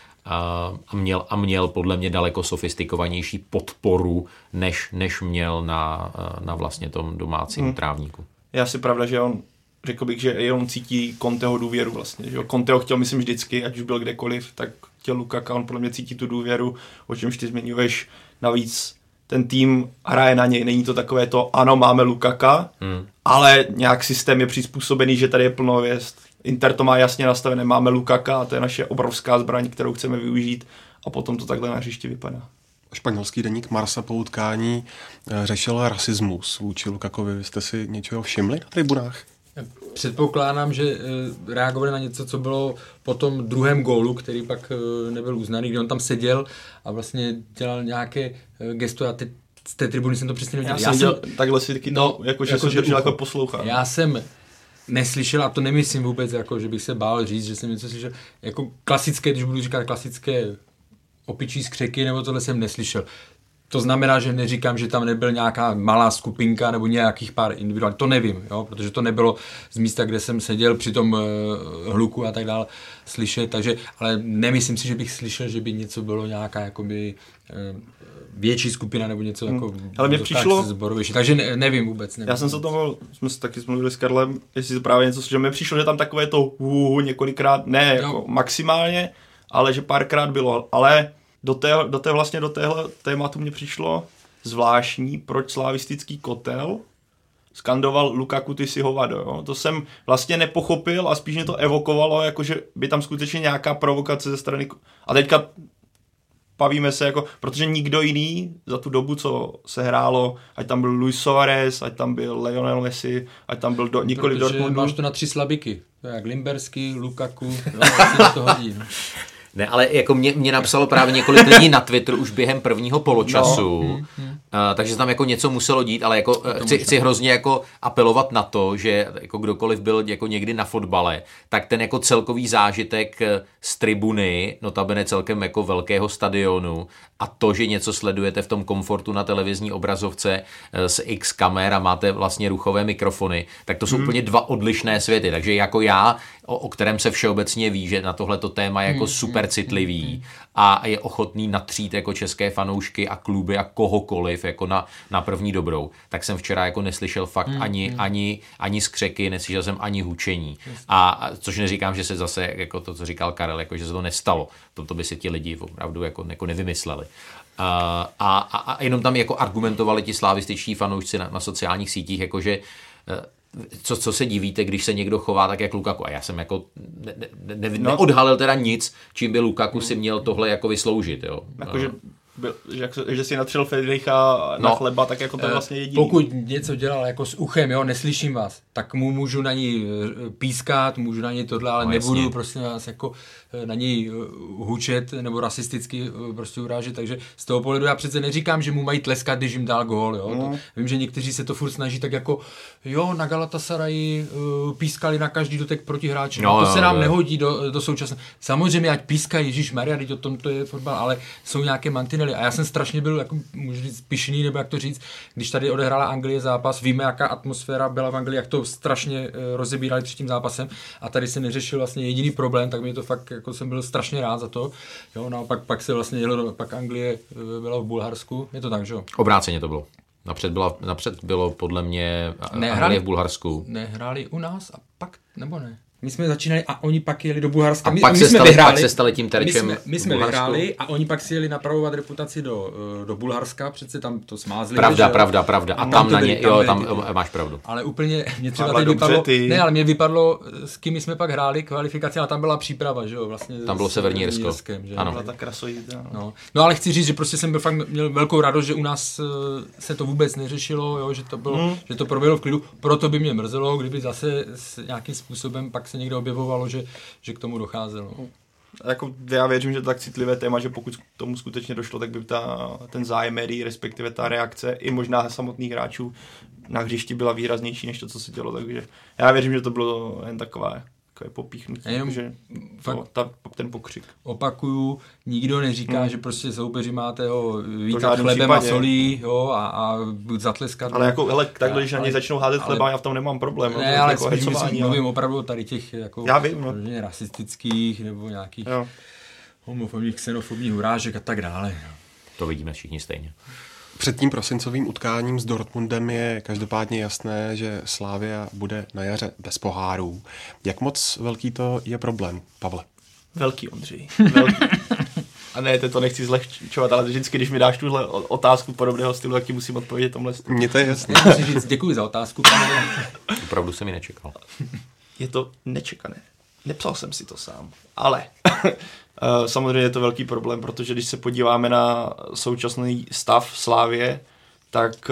A měl podle mě daleko sofistikovanější podporu, než měl na vlastně tom domácím trávníku. Je asi pravda, že řekl bych, že on cítí Conteho důvěru vlastně. Že Conteho chtěl, myslím, vždycky, ať už byl kdekoliv, tak chtěl Lukaka, on podle mě cítí tu důvěru, o čemž ty zmiňuješ. Navíc ten tým hraje na něj, není to takové to, ano, máme Lukaka, ale nějak systém je přizpůsobený, že tady je plno hvězd. Inter to má jasně nastavené, máme Lukaka a to je naše obrovská zbraň, kterou chceme využít a potom to takhle na hřišti vypadá. Španělský deník Marca po utkání řešil rasismus vůči Lukakovi. Vy jste si něčeho všimli na tribunách? Předpokládám, že reagovali na něco, co bylo po tom druhém gólu, který pak nebyl uznaný, kdy on tam seděl a vlastně dělal nějaké gesto. Já teď z té tribuny jsem to přesně nedělal. Takhle si taky jakože jsem držel jako poslouchal. Já jsem neslyšel, a to nemyslím vůbec, jako, že bych se bál říct, že jsem něco slyšel, jako klasické, když budu říkat klasické opičí skřeky, nebo tohle jsem neslyšel. To znamená, že neříkám, že tam nebyl nějaká malá skupinka nebo nějakých pár individuálních. To nevím, jo? Protože to nebylo z místa, kde jsem seděl při tom hluku a tak dále slyšet, takže, ale nemyslím si, že bych slyšel, že by něco bylo nějaká jakoby větší skupina nebo něco jako ale mě přišlo zborovější, takže nevím vůbec. Já jsem se o tom, jsme se taky mluvili s Karlem, jestli to právě něco, že mi přišlo, že tam takové to několikrát, ne jako maximálně, ale že párkrát bylo, ale do téhle tématu mě přišlo zvláštní, proč slavistický kotel skandoval Lukaku, ty si hovado, jo? To jsem vlastně nepochopil a spíš mě to evokovalo, jakože by tam skutečně nějaká provokace ze strany, a teďka bavíme se jako, protože nikdo jiný za tu dobu, co se hrálo, ať tam byl Luis Suárez, ať tam byl Lionel Messi, ať tam byl nikoli Dortmundu. Máš to na 3 slabiky, to je jak Limberský, Lukaku, to hodí. No. Ne, ale jako mě napsalo právě několik lidí na Twitteru už během prvního poločasu, takže tam jako něco muselo dít, ale jako chci hrozně jako apelovat na to, že jako kdokoliv byl jako někdy na fotbale, tak ten jako celkový zážitek z tribuny, notabene celkem jako velkého stadionu, a to, že něco sledujete v tom komfortu na televizní obrazovce s X kamer a máte vlastně ruchové mikrofony, tak to jsou úplně dva odlišné světy. Takže jako já, o kterém se všeobecně ví, že na tohleto téma je jako super citlivý a je ochotný natřít jako české fanoušky a kluby a kohokoliv jako na první dobrou, tak jsem včera jako neslyšel fakt ani skřeky, neslyšel jsem ani hučení. A což neříkám, že se zase jako to, co říkal Karel, jako že se to nestalo. To by si ti lidi opravdu jako nevymysleli. A jenom tam jako argumentovali ti slavističtí fanoušci na sociálních sítích, jakože co se divíte, když se někdo chová tak jak Lukaku. A já jsem jako neodhalil teda nic, čím by Lukaku si měl tohle jako vysloužit. Jo. Jakože že si natřel Friedricha na chleba, tak jako to vlastně jediný. Pokud něco dělal jako s uchem, jo, neslyším vás, tak mu můžu na ní pískat, můžu na ní tohle, ale nebudu prostě vás jako na něj hučet nebo rasisticky prostě urážet, takže z toho pohledu já přece neříkám, že mu mají tleskat, když jim dal gól, jo. To, vím, že někteří se to furt snaží tak jako, jo, na Galatasarayi pískali na každý dotek proti hráči, to se nám nehodí do současné. Samozřejmě ať pískají, ježišmarja, teď o tom to je fotbal, ale jsou nějaké mantinely. A já jsem strašně byl, jako můžu říct, pyšný, nebo jak to říct, když tady odehrála Anglie zápas, víme, jaká atmosféra byla v Anglii, jak to strašně rozebírali před tím zápasem a tady se neřešil vlastně jediný problém, tak mě to fakt, jako jsem byl strašně rád za to. Jo, naopak pak se vlastně jelo, pak Anglie byla v Bulharsku, je to tak, že jo? Obráceně to bylo. Napřed bylo podle mě Anglie v Bulharsku. Nehráli u nás a pak, nebo ne? my jsme začínali a oni pak jeli do Bulharska. Pak se stali tím terčem. My jsme vyhráli a oni pak si jeli napravovat reputaci do Bulharska, přece tam to smázli. Pravda. A tam na ně, tam máš pravdu. Ale úplně, mě třeba teď vypadlo, ale mě vypadlo, s kým jsme pak hráli kvalifikaci, a tam byla příprava, že jo, vlastně. Tam bylo Severní Irsko. Ano. Byla ta krasojízda. No, ale chci říct, že prostě jsem měl velkou radost, že u nás se to vůbec neřešilo, jo, že to proběhlo v klidu. Proto by mě mrzelo, kdyby zase nějakým způsobem pak se někde objevovalo, že k tomu docházelo. Jako já věřím, že to tak citlivé téma, že pokud k tomu skutečně došlo, tak by ten zájem médií, respektive ta reakce i možná samotných hráčů na hřišti byla výraznější než to, co se dělo, takže já věřím, že to bylo jen takové popíchnutí, že ten pokřik. Opakuju, nikdo neříká, že prostě soupeři máte vítat chlebem a solí, jo, a zatleskat. Ale jako, takhle, když na něj začnou házet chleba, já v tom nemám problém. Ne, ale jako mluvím opravdu tady těch jako já vím, rasistických nebo nějakých homofobních, xenofobních urážek a tak dále. To vidíme všichni stejně. Před tím prosincovým utkáním s Dortmundem je každopádně jasné, že Slavia bude na jaře bez pohárů. Jak moc velký to je problém, Pavle? Velký, Ondřej. Velký. A ne, to nechci zlehčovat, ale vždycky, když mi dáš tuhle otázku podobného stylu, tak ti musím odpovědět tomhle stylu. Mně to je jasné. Musím říct, děkuji za otázku. Opravdu jsem ji nečekal. Je to nečekané. Nepsal jsem si to sám, ale samozřejmě je to velký problém, protože když se podíváme na současný stav Slavie, tak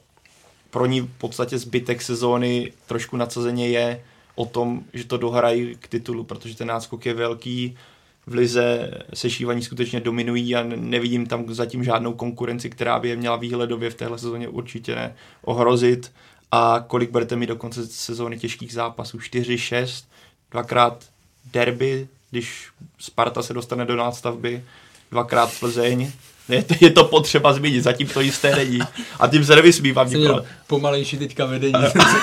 pro ní v podstatě zbytek sezóny trošku nadsazeně je o tom, že to dohrají k titulu, protože ten náskok je velký, v lize sešívaní skutečně dominují a nevidím tam zatím žádnou konkurenci, která by je měla výhledově v téhle sezóně určitě ohrozit. A kolik budete mít do konce sezóny těžkých zápasů? 4-6, dvakrát derby, když Sparta se dostane do nástavby, dvakrát Plzeň. Je to potřeba zmínit, zatím to jisté není. A tím se nevysmívám. Pomalejší teďka vedení.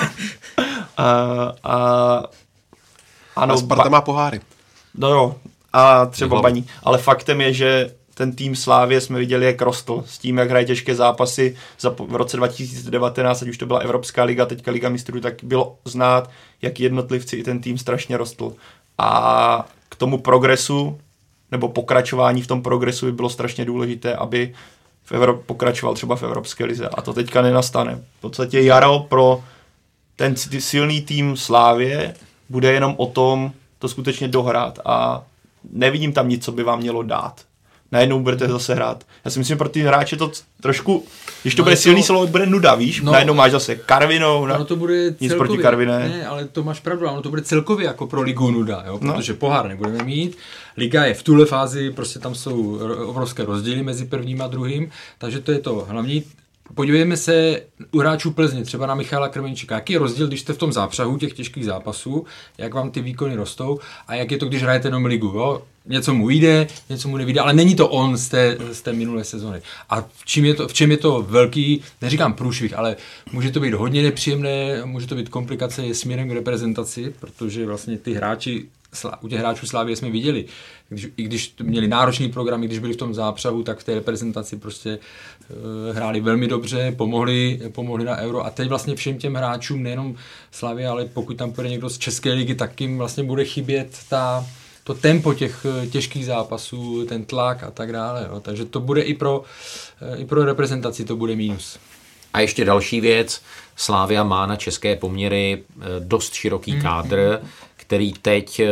Ano, Sparta má poháry. No jo, a třeba baní. Ale faktem je, že ten tým Slávie jsme viděli, jak rostl s tím, jak hraje těžké zápasy v roce 2019, ať už to byla Evropská liga, teďka Liga mistrů, tak bylo znát, jak jednotlivci i ten tým strašně rostl. A k tomu progresu, nebo pokračování v tom progresu by bylo strašně důležité, aby pokračoval třeba v Evropské lize. A to teďka nenastane. V podstatě jaro pro ten silný tým Slávie bude jenom o tom to skutečně dohrát. A nevidím tam nic, co by vám mělo dát. Najednou budete zase hrát. Já si myslím, pro ty hráče to trošku, když to bude silný slovo, bude nuda, víš? Najednou máš zase Karvinou, to bude nic proti Karviné. Ne, ale to máš pravdu, ono to bude celkově jako pro ligu nuda, jo? Protože pohár nebudeme mít. Liga je v tuhle fázi, prostě tam jsou obrovské rozdíly mezi prvním a druhým, takže to je to hlavní. Podívejme se u hráčů Plzně, třeba na Michala Krmenčíka. Jaký je rozdíl, když jste v tom zápřahu těch těžkých zápasů, jak vám ty výkony rostou a jak je to, když hrajete jenom ligu. Jo? Něco mu jde, něco mu nevyjde, ale není to on z té minulé sezony. A v čem je to velký, neříkám průšvih, ale může to být hodně nepříjemné, může to být komplikace směrem k reprezentaci, protože vlastně ty hráči, u těch hráčů Slavie jsme viděli, i když měli náročný program, i když byli v tom zápřahu, tak v té reprezentaci prostě hráli velmi dobře, pomohli na Euro a teď vlastně všem těm hráčům, nejenom Slavie, ale pokud tam půjde někdo z České ligy, tak jim vlastně bude chybět to tempo těch těžkých zápasů, ten tlak a tak dále. Jo. Takže to bude i pro reprezentaci, to bude mínus. A ještě další věc, Slavia má na české poměry dost široký kádr, který teď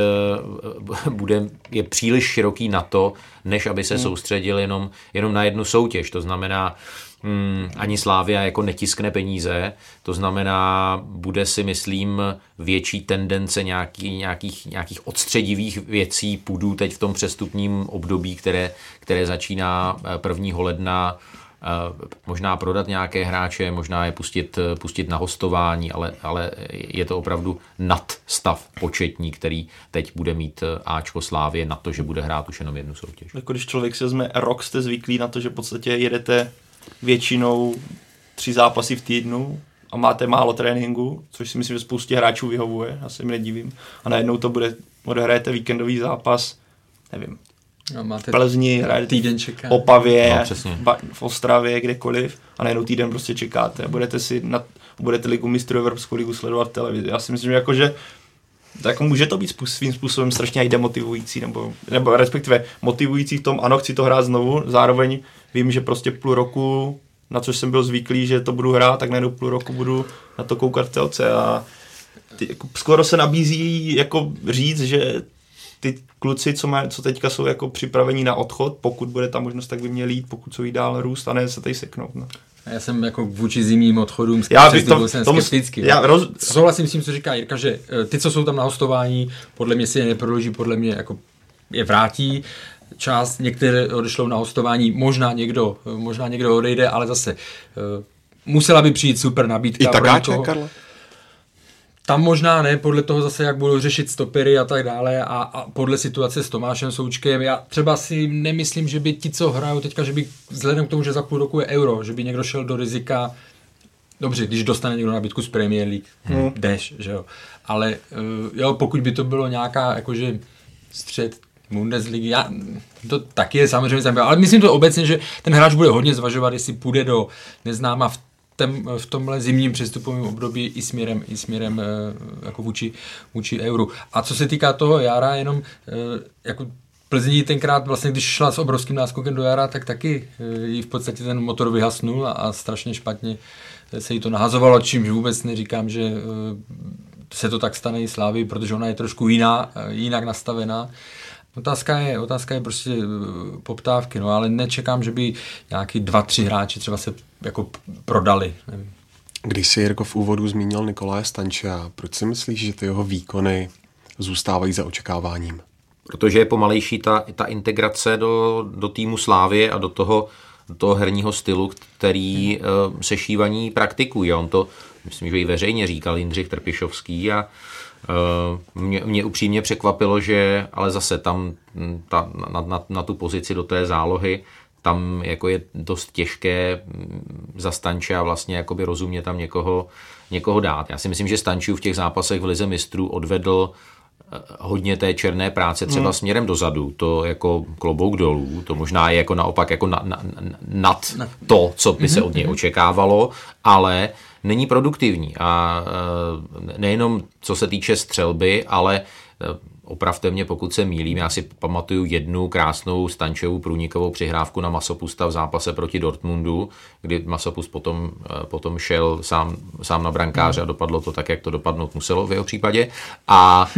je příliš široký na to, než aby se soustředil jenom na jednu soutěž. To znamená, ani Slavia jako netiskne peníze, to znamená, bude si myslím větší tendence nějakých odstředivých věcí půjdu teď v tom přestupním období, které začíná 1. ledna, možná prodat nějaké hráče, možná je pustit na hostování, ale je to opravdu nadstav početní, který teď bude mít Ačko Slávie na to, že bude hrát už jenom jednu soutěž. Jako když člověk se vezme rok, jste zvyklí na to, že v podstatě jedete většinou 3 zápasy v týdnu a máte málo tréninku, což si myslím, že spoustě hráčů vyhovuje, já se mi nedivím. A najednou odehrajete víkendový zápas, nevím, v Plzni, Opavě, v Ostravě, kdekoliv a najednou týden prostě čekáte a budete Ligu mistrů, Evropskou ligu sledovat v televizi. Já si myslím, že Tak může to být svým způsobem strašně i demotivující, nebo respektive motivující v tom, ano, chci to hrát znovu, zároveň vím, že prostě půl roku, na což jsem byl zvyklý, že to budu hrát, tak najednou půl roku budu na to koukat v telce a jako, skoro se nabízí jako říct, že ty kluci, co teďka jsou jako připravení na odchod, pokud bude ta možnost, tak by měli jít, pokud jsou jí dál růst a ne se tady seknout. No. Já jsem jako vůči zimním odchodům skeptický. Souhlasím s tím, co říká Jirka, že ty, co jsou tam na hostování, podle mě si je neprodlouží, podle mě jako je vrátí. Část, některé odešlou na hostování, možná někdo odejde, ale zase musela by přijít super nabídka. I Takáče, Karle? Tam možná ne, podle toho zase, jak budou řešit stopery a tak dále a podle situace s Tomášem Součkem. Já třeba si nemyslím, že by ti, co hrajou teďka, že by vzhledem k tomu, že za půl roku je Euro, že by někdo šel do rizika, dobře, když dostane někdo nabídku z Premier League, jdeš, že jo. Ale jo, pokud by to bylo nějaká jakože střed Bundesligy, to taky je samozřejmě zajímavé, ale myslím to obecně, že ten hráč bude hodně zvažovat, jestli půjde do neznáma v tomhle zimním přestupovém období i směrem jako vůči euru. A co se týká toho jara, jenom jako Plzeň tenkrát vlastně, když šla s obrovským náskokem do jara, tak taky jí v podstatě ten motor vyhasnul a strašně špatně se jí to nahazovalo, čímž vůbec neříkám, že se to tak stane i Slávii, protože ona je trošku jinak nastavená. Otázka je prostě poptávky, no, ale nečekám, že by nějaký 2-3 hráči třeba se jako prodali. Nevím. Když si Jirko v úvodu zmínil Nikolaje Stanča, proč si myslíš, že ty jeho výkony zůstávají za očekáváním? Protože je pomalejší ta integrace do týmu Slávie a do toho herního stylu, který sešívaní praktikují. On to, myslím, že i veřejně říkal Jindřich Trpišovský a mě upřímně překvapilo, že ale zase tam na tu pozici do té zálohy tam jako je dost těžké za Stanče a vlastně jakoby rozumně tam někoho dát. Já si myslím, že Stančův v těch zápasech v Lize mistrů odvedl hodně té černé práce třeba směrem dozadu, to jako klobouk dolů, to možná je jako naopak jako nad to, co by se od něj očekávalo, ale není produktivní a nejenom co se týče střelby, ale opravte mě, pokud se mýlím, já si pamatuju jednu krásnou Stančovu průnikovou přihrávku na Masopusta v zápase proti Dortmundu, kdy Masopust potom šel sám na brankáře a dopadlo to tak, jak to dopadnout muselo v jeho případě. A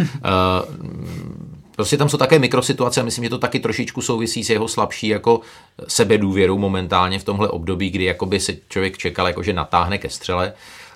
prostě tam jsou také mikrosituace a myslím, že to taky trošičku souvisí s jeho slabší jako sebedůvěrou momentálně v tomhle období, kdy jakoby se člověk čekal, jako, že natáhne ke střele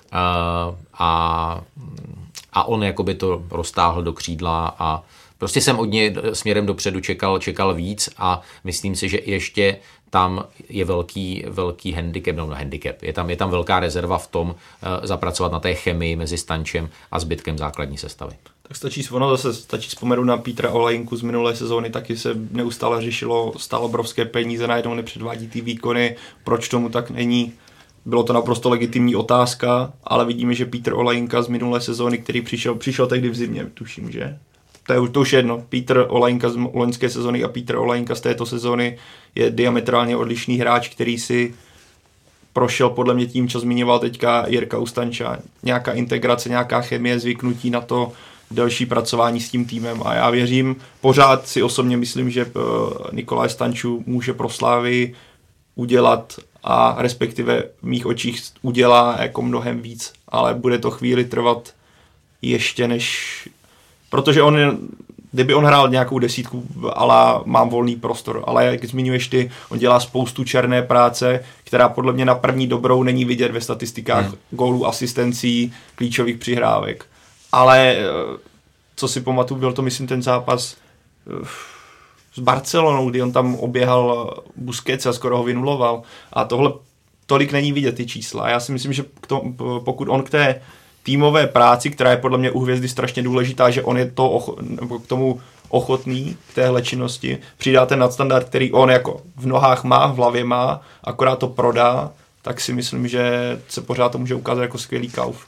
a on jakoby to roztáhl do křídla a prostě jsem od něj směrem dopředu čekal víc a myslím si, že ještě tam je velký handicap. Je tam velká rezerva v tom zapracovat na té chemii mezi Stančem a zbytkem základní sestavy. Tak stačí vzpomenout na Petra Olajinku z minulé sezóny, taky se neustále řešilo, stále obrovské peníze, najednou nepředvádí ty výkony, proč tomu tak není. Bylo to naprosto legitimní otázka, ale vidíme, že Petr Olajinka z minulé sezóny, který přišel tehdy v zimě, tuším, že? To už jedno. Petr Olajinka z loňské sezóny a Petr Olajinka z této sezóny je diametrálně odlišný hráč, který si prošel podle mě tím, co zmiňoval teďka Jirka Ustanča. Nějaká integrace, nějaká chemie, zvyknutí na to, další pracování s tím týmem a já věřím, pořád si osobně myslím, že Nikolaj Stanču může pro Slávii udělat a respektive v mých očích udělá jako mnohem víc, ale bude to chvíli trvat ještě protože kdyby on hrál nějakou desítku, ale mám volný prostor, ale jak zmiňuješ ty, on dělá spoustu černé práce, která podle mě na první dobrou není vidět ve statistikách gólů, asistencí, klíčových přihrávek. Ale co si pamatuju, byl to myslím ten zápas s Barcelonou, kdy on tam oběhal Busquets a skoro ho vynuloval. A tohle tolik není vidět, ty čísla. Já si myslím, že pokud on k té týmové práci, která je podle mě u Hvězdy strašně důležitá, že on je k tomu ochotný k téhle činnosti, přidá ten nadstandard, který on jako v nohách má, v hlavě má, akorát to prodá, tak si myslím, že se pořád to může ukázat jako skvělý kauf.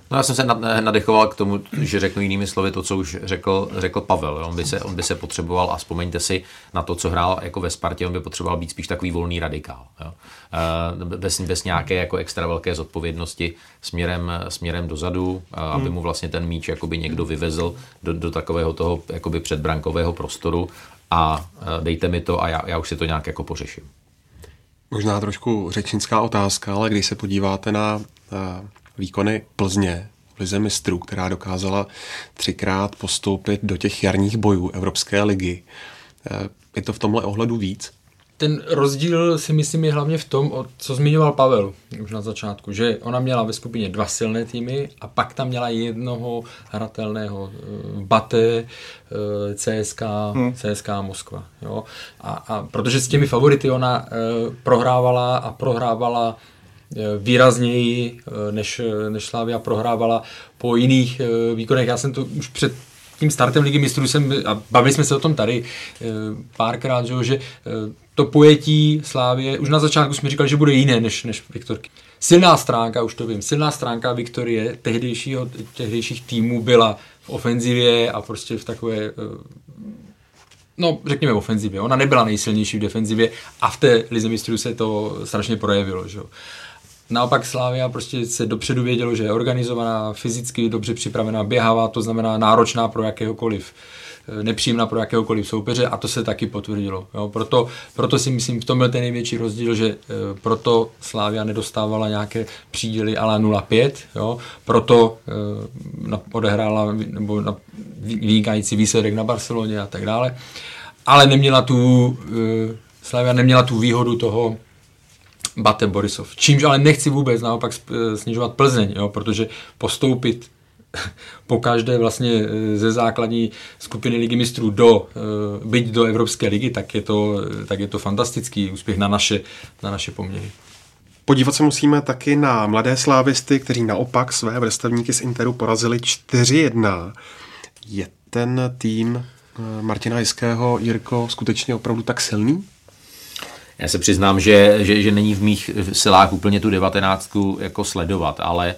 No já jsem se nadechoval k tomu, že řeknu jinými slovy to, co už řekl Pavel. On by se potřeboval, a vzpomeňte si na to, co hrál jako ve Spartě, on by potřeboval být spíš takový volný radikál. Jo? Bez nějaké jako extra velké zodpovědnosti směrem dozadu, aby mu vlastně ten míč jakoby někdo vyvezl do takového toho jakoby předbrankového prostoru a dejte mi to a já už si to nějak jako pořeším. Možná trošku řečnická otázka, ale když se podíváte na výkony Plzně v lize mistrů, která dokázala 3krát postoupit do těch jarních bojů Evropské ligy, je to v tomhle ohledu víc? Ten rozdíl si myslím je hlavně v tom, co zmiňoval Pavel už na začátku, že ona měla ve skupině 2 silné týmy a pak tam měla jednoho hratelného Bate, CSK Moskva. Jo? A protože s těmi favority ona prohrávala výrazněji, než Slavia prohrávala po jiných výkonech. Já jsem to už před tím startem Ligy mistrů a bavili jsme se o tom tady párkrát, že to pojetí Slavie, už na začátku jsme říkali, že bude jiné než Viktorky. Silná stránka Viktorie tehdejších týmů byla v ofenzivě a prostě v takové, řekněme v ofenzivě. Ona nebyla nejsilnější v defenzivě a v té Lize mistrů se to strašně projevilo. Že? Naopak Slavia prostě se dopředu vědělo, že je organizovaná, fyzicky dobře připravená, běhavá, to znamená náročná pro jakéhokoliv, nepříjemná pro jakéhokoliv soupeře a to se taky potvrdilo. Jo. Proto si myslím, v tom byl ten největší rozdíl, že proto Slavia nedostávala nějaké příděly a la 0,5, jo. Proto odehrála nebo vynikající výsledek na Barceloně a tak dále, ale Slavia neměla tu výhodu toho Bate Borisov. Čímž ale nechci vůbec naopak snižovat Plzeň, jo, protože postoupit po každé vlastně ze základní skupiny Ligy mistrů byť do Evropské ligy, tak je to fantastický úspěch na naše poměry. Podívat se musíme taky na mladé slávisty, kteří naopak své vrstevníky z Interu porazili 4-1. Je ten tým Martina Jiského, Jirko, skutečně opravdu tak silný? Já se přiznám, že není v mých silách úplně tu 19 jako sledovat, ale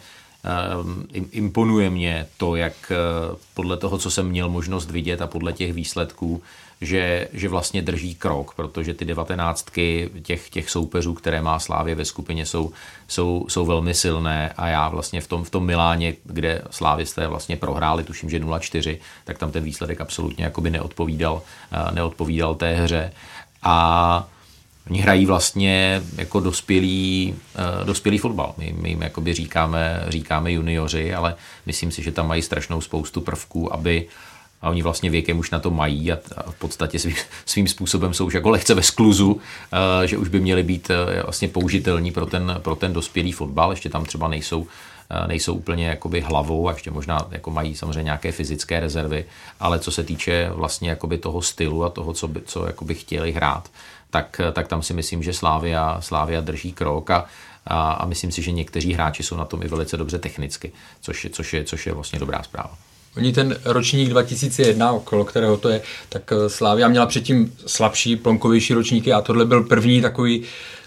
imponuje mě to, jak podle toho, co jsem měl možnost vidět a podle těch výsledků, že vlastně drží krok, protože ty 19 těch soupeřů, které má Slavie ve skupině, jsou velmi silné a já vlastně v tom Miláně, kde slávisté vlastně prohráli, tuším, že 0-4, tak tam ten výsledek absolutně jakoby neodpovídal té hře a oni hrají vlastně jako dospělý fotbal. My jim jakoby říkáme junioři, ale myslím si, že tam mají strašnou spoustu prvků, a oni vlastně věkem už na to mají a v podstatě svým způsobem jsou už jako lehce ve skluzu, že už by měli být vlastně použitelní pro ten dospělý fotbal. Ještě tam třeba nejsou úplně jakoby hlavou a ještě možná jako mají samozřejmě nějaké fyzické rezervy, ale co se týče vlastně jakoby toho stylu a toho, co jakoby chtěli hrát, tak tam si myslím, že Slavia drží krok a myslím si, že někteří hráči jsou na tom i velice dobře technicky, což je vlastně dobrá zpráva. Oni ten ročník 2001, okolo kterého to je, tak Slavia měla předtím slabší, plonkovější ročníky a tohle byl první takový,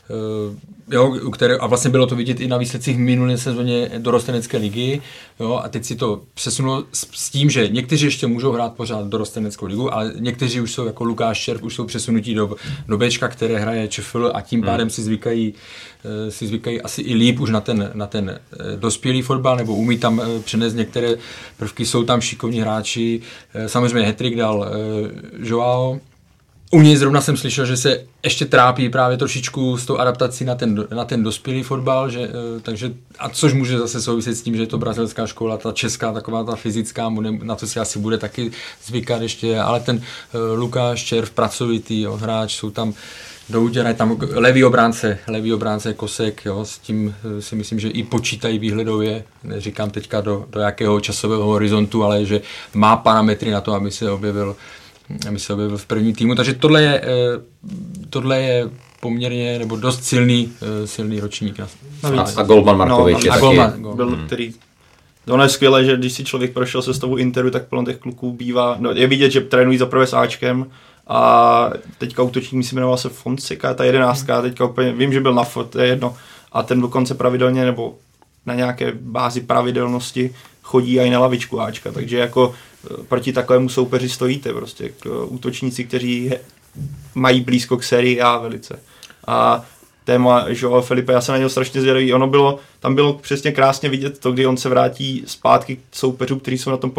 a vlastně bylo to vidět i na výsledcích minulé sezóně dorostenecké ligy, jo, a teď si to přesunulo s tím, že někteří ještě můžou hrát pořád dorosteneckou ligu, ale někteří už jsou jako Lukáš Červ, už jsou přesunutí do Bčka, které hraje ČFL a tím pádem si zvykají asi i líp už na ten dospělý fotbal, nebo umí tam přenést některé prvky, jsou tam šikovní hráči, samozřejmě hat-trick dal Joao. U něj zrovna jsem slyšel, že se ještě trápí právě trošičku s tou adaptací na ten dospělý fotbal, takže, a což může zase souviset s tím, že je to brazilská škola, ta česká, taková ta fyzická, na to si asi bude taky zvykat ještě, ale ten Lukáš Červ, pracovitý hráč, jsou tam douděrají tam levý obránce Kosek, jo, s tím si myslím, že i počítají výhledově, neříkám teďka do jakého časového horizontu, ale že má parametry na to, aby se objevil v prvním týmu, takže tohle je poměrně nebo dost silný ročník. A Golman Markovič je taky. Který ono je skvělé, že když si člověk prošel sestavu Interu, tak plno těch kluků bývá, je vidět, že trénují zaprvé s Ačkem a teďka útočník, myslím, jmenoval se Fonseca, ta 11, teďka úplně, vím, že byl na fot, je jedno, a ten dokonce pravidelně, nebo na nějaké bázi pravidelnosti chodí i na lavičku Ačka, takže jako proti takovému soupeři stojíte prostě, útočníci, kteří mají blízko k sérii A velice. A téma Joao Felipe, já jsem na něho strašně zvědavý, tam bylo přesně krásně vidět to, kdy on se vrátí zpátky k soupeřům, kteří jsou na tom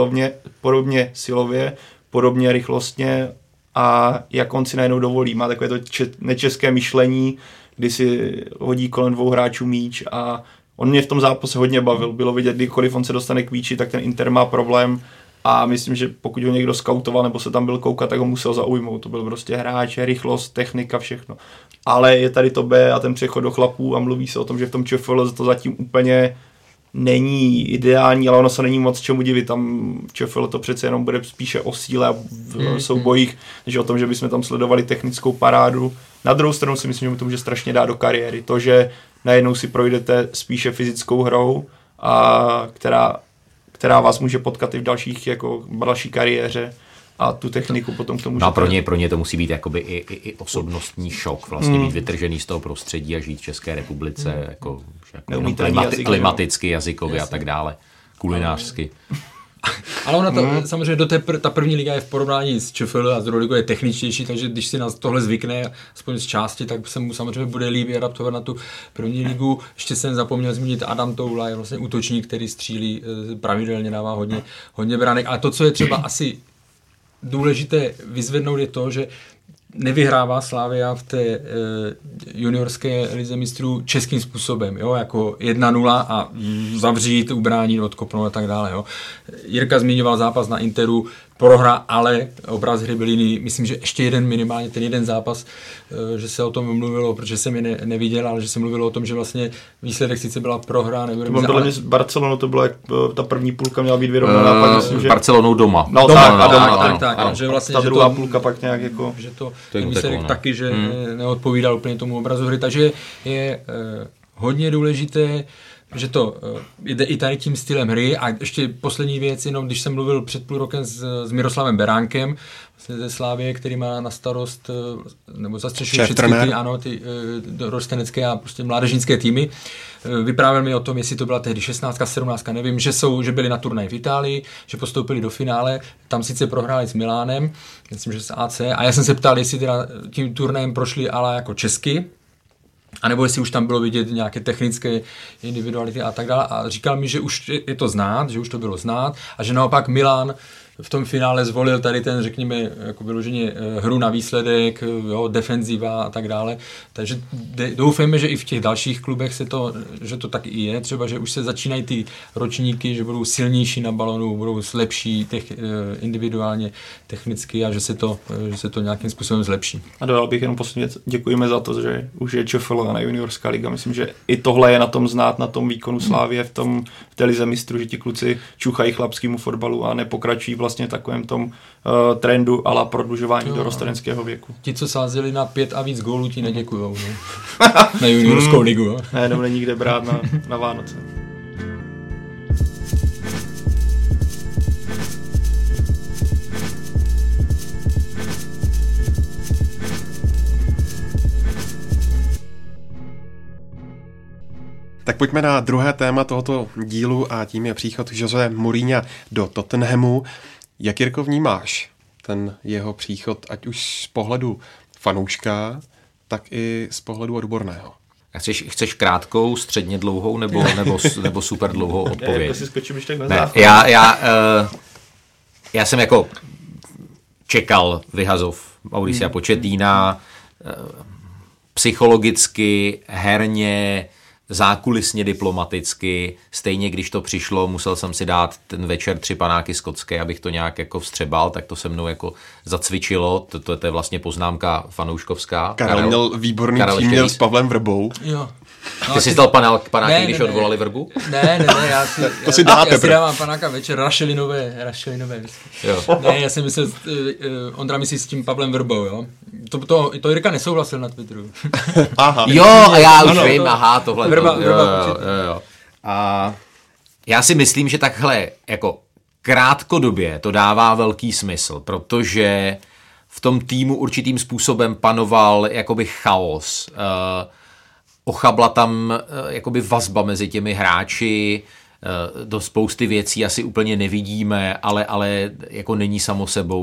podobně silově, podobně rychlostně a jak on si najednou dovolí, má takové to nečeské myšlení, kdy si hodí kolem 2 hráčů míč a on mě v tom zápase hodně bavil, bylo vidět, kdykoliv on se dostane k míči, tak ten Inter má problém a myslím, že pokud ho někdo skautoval nebo se tam byl koukat, tak ho musel zaujmout, to byl prostě hráč, rychlost, technika, všechno. Ale je tady to B a ten přechod do chlapů a mluví se o tom, že v tom ČFL to zatím úplně není ideální, ale ono se není moc čemu divit, tam ČFL to přece jenom bude spíše o síle a v soubojích, než o tom, že bychom tam sledovali technickou parádu. Na druhou stranu si myslím, že to může strašně dát do kariéry. To, že najednou si projdete spíše fyzickou hrou, a která vás může potkat i v další kariéře a tu techniku potom k tomu. No a pro ně to musí být jakoby i osobnostní šok, vlastně být vytržený z toho prostředí a žít v České republice jako klimaticky, jazykově a tak dále, kulinářsky. Ale ona samozřejmě ta první liga je v porovnání s ČFL a s druhou ligou je techničtější, takže když si na tohle zvykne, aspoň z části, tak se mu samozřejmě bude líbit adaptovat na tu první ligu. Ještě jsem zapomněl zmínit Adam Toula, je vlastně útočník, který střílí pravidelně, dává hodně branek. Ale to, co je třeba asi důležité vyzvednout, je to, že nevyhrává Slavia v té juniorské lize mistrů českým způsobem, jo, jako 1-0 a zavřít, ubránit, odkopnout a tak dále. Jo. Jirka zmiňoval zápas na Interu, prohra, ale obraz hry byl jiný. Myslím, že ještě minimálně ten jeden zápas, že se o tom mluvilo, protože jsem je neviděl, ale že se mluvilo o tom, že vlastně výsledek sice byla prohra. Z Barcelonu to bylo, jak ta první půlka měla být vyrovnaná. Pak myslím, že Barcelonou doma. No, tak, že vlastně ta druhá půlka pak nějak jako... Že to výsledek taky, že neodpovídal úplně tomu obrazu hry, takže je hodně důležité, že to jde i tady tím stylem hry. A ještě poslední věc, jenom když jsem mluvil před půl rokem s Miroslavem Beránkem vlastně ze Slávie, který má na starost nebo zastřešuje všechny ty dorostenecké a prostě mládežnické týmy. Vyprávěl mi o tom, jestli to byla tehdy 16, 17, nevím, že byli na turnaji v Itálii, že postoupili do finále, tam sice prohráli s Milánem, myslím, že s AC, a já jsem se ptal, jestli teda tím turnajem prošli ale jako česky, anebo jestli už tam bylo vidět nějaké technické individuality a tak dále. A říkal mi, že už je to znát, že už to bylo znát a že naopak Milan v tom finále zvolil tady ten, řekněme, jako vyloženě hru na výsledek, jo, defenziva a tak dále. Takže doufejme, že i v těch dalších klubech že to tak i je. Třeba, že už se začínají ty ročníky, že budou silnější na balonu, budou lepší individuálně, technicky a že se to nějakým způsobem zlepší. A dodal bych jenom poslední věc. Děkujeme za to, že už je ČFL a na juniorská liga. Myslím, že i tohle je na tom znát, na tom výkonu Slávie v té lize mistrů, že ti kluci čuchají chlapskému fotbalu a nepokračují vlastně v takovém tom trendu a la prodlužování dorosteneckého věku. Ti, co sázeli na 5 a víc gólů, ti neděkujou. Ne? Na juniorskou ligu. Jo? Ne, nebude nikde brát na Vánoce. Tak pojďme na druhé téma tohoto dílu a tím je příchod Jose Mourinha do Tottenhamu. Jak, Jirko, vnímáš ten jeho příchod, ať už z pohledu fanouška, tak i z pohledu odborného? Chceš krátkou, středně dlouhou nebo super dlouhou odpověď? Já si skočím ještě na záchod. Já jsem jako čekal vyhazov Mauricia Pochettina, psychologicky, herně, zákulisně diplomaticky, stejně když to přišlo, musel jsem si dát ten večer 3 panáky skotské, abych to nějak jako vstřebal, tak to se mnou jako zacvičilo, to je vlastně poznámka fanouškovská. Karel měl výborný příměr s Pavlem Vrbou. Jo. No, ty jsi dal panáky, když odvolali Vrbu? Ne, to si dáte. Já si dávám panáka večer, rašelinové whisky. Ne, já jsem myslel, Ondra myslí s tím Pavlem Vrbou, jo. To Jirka nesouhlasil na Twitteru. Aha. Jo, a já už vím, tohle. Vrba, jo. A já si myslím, že takhle jako krátkodobě to dává velký smysl, protože v tom týmu určitým způsobem panoval jakoby chaos. pochabla tam jakoby vazba mezi těmi hráči, do spousty věcí asi úplně nevidíme, ale jako není samo sebou,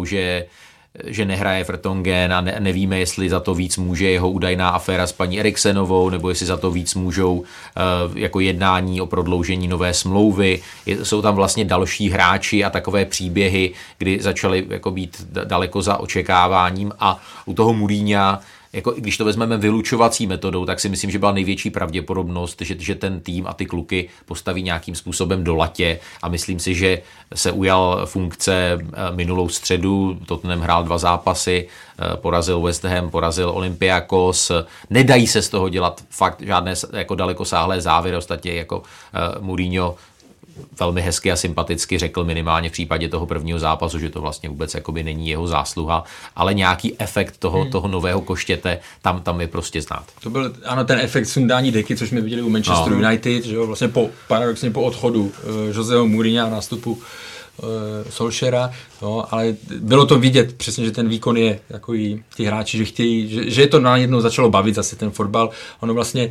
že nehraje Vertonghen a nevíme, jestli za to víc může jeho údajná aféra s paní Eriksenovou, nebo jestli za to víc můžou jako jednání o prodloužení nové smlouvy. Jsou tam vlastně další hráči a takové příběhy, kdy začaly jako být daleko za očekáváním a u toho Mourinha, jako když to vezmeme vylučovací metodou, tak si myslím, že byla největší pravděpodobnost, že ten tým a ty kluky postaví nějakým způsobem do latě a myslím si, že se ujal funkce minulou středu, Tottenham hrál 2 zápasy, porazil West Ham, porazil Olympiakos, nedají se z toho dělat fakt žádné jako dalekosáhlé závěry, ostatně jako Mourinho velmi hezky a sympaticky řekl minimálně v případě toho prvního zápasu, že to vlastně vůbec jakoby není jeho zásluha, ale nějaký efekt toho nového koštěte tam je prostě znát. To byl ten efekt sundání deky, což jsme viděli u Manchester United, že jo, vlastně paradoxně po odchodu Joseho Mourinha a nástupu Solskjaera, no, ale bylo to vidět přesně, že ten výkon je takový, ti hráči, že chtějí, že je to najednou začalo bavit zase ten fotbal. Ono vlastně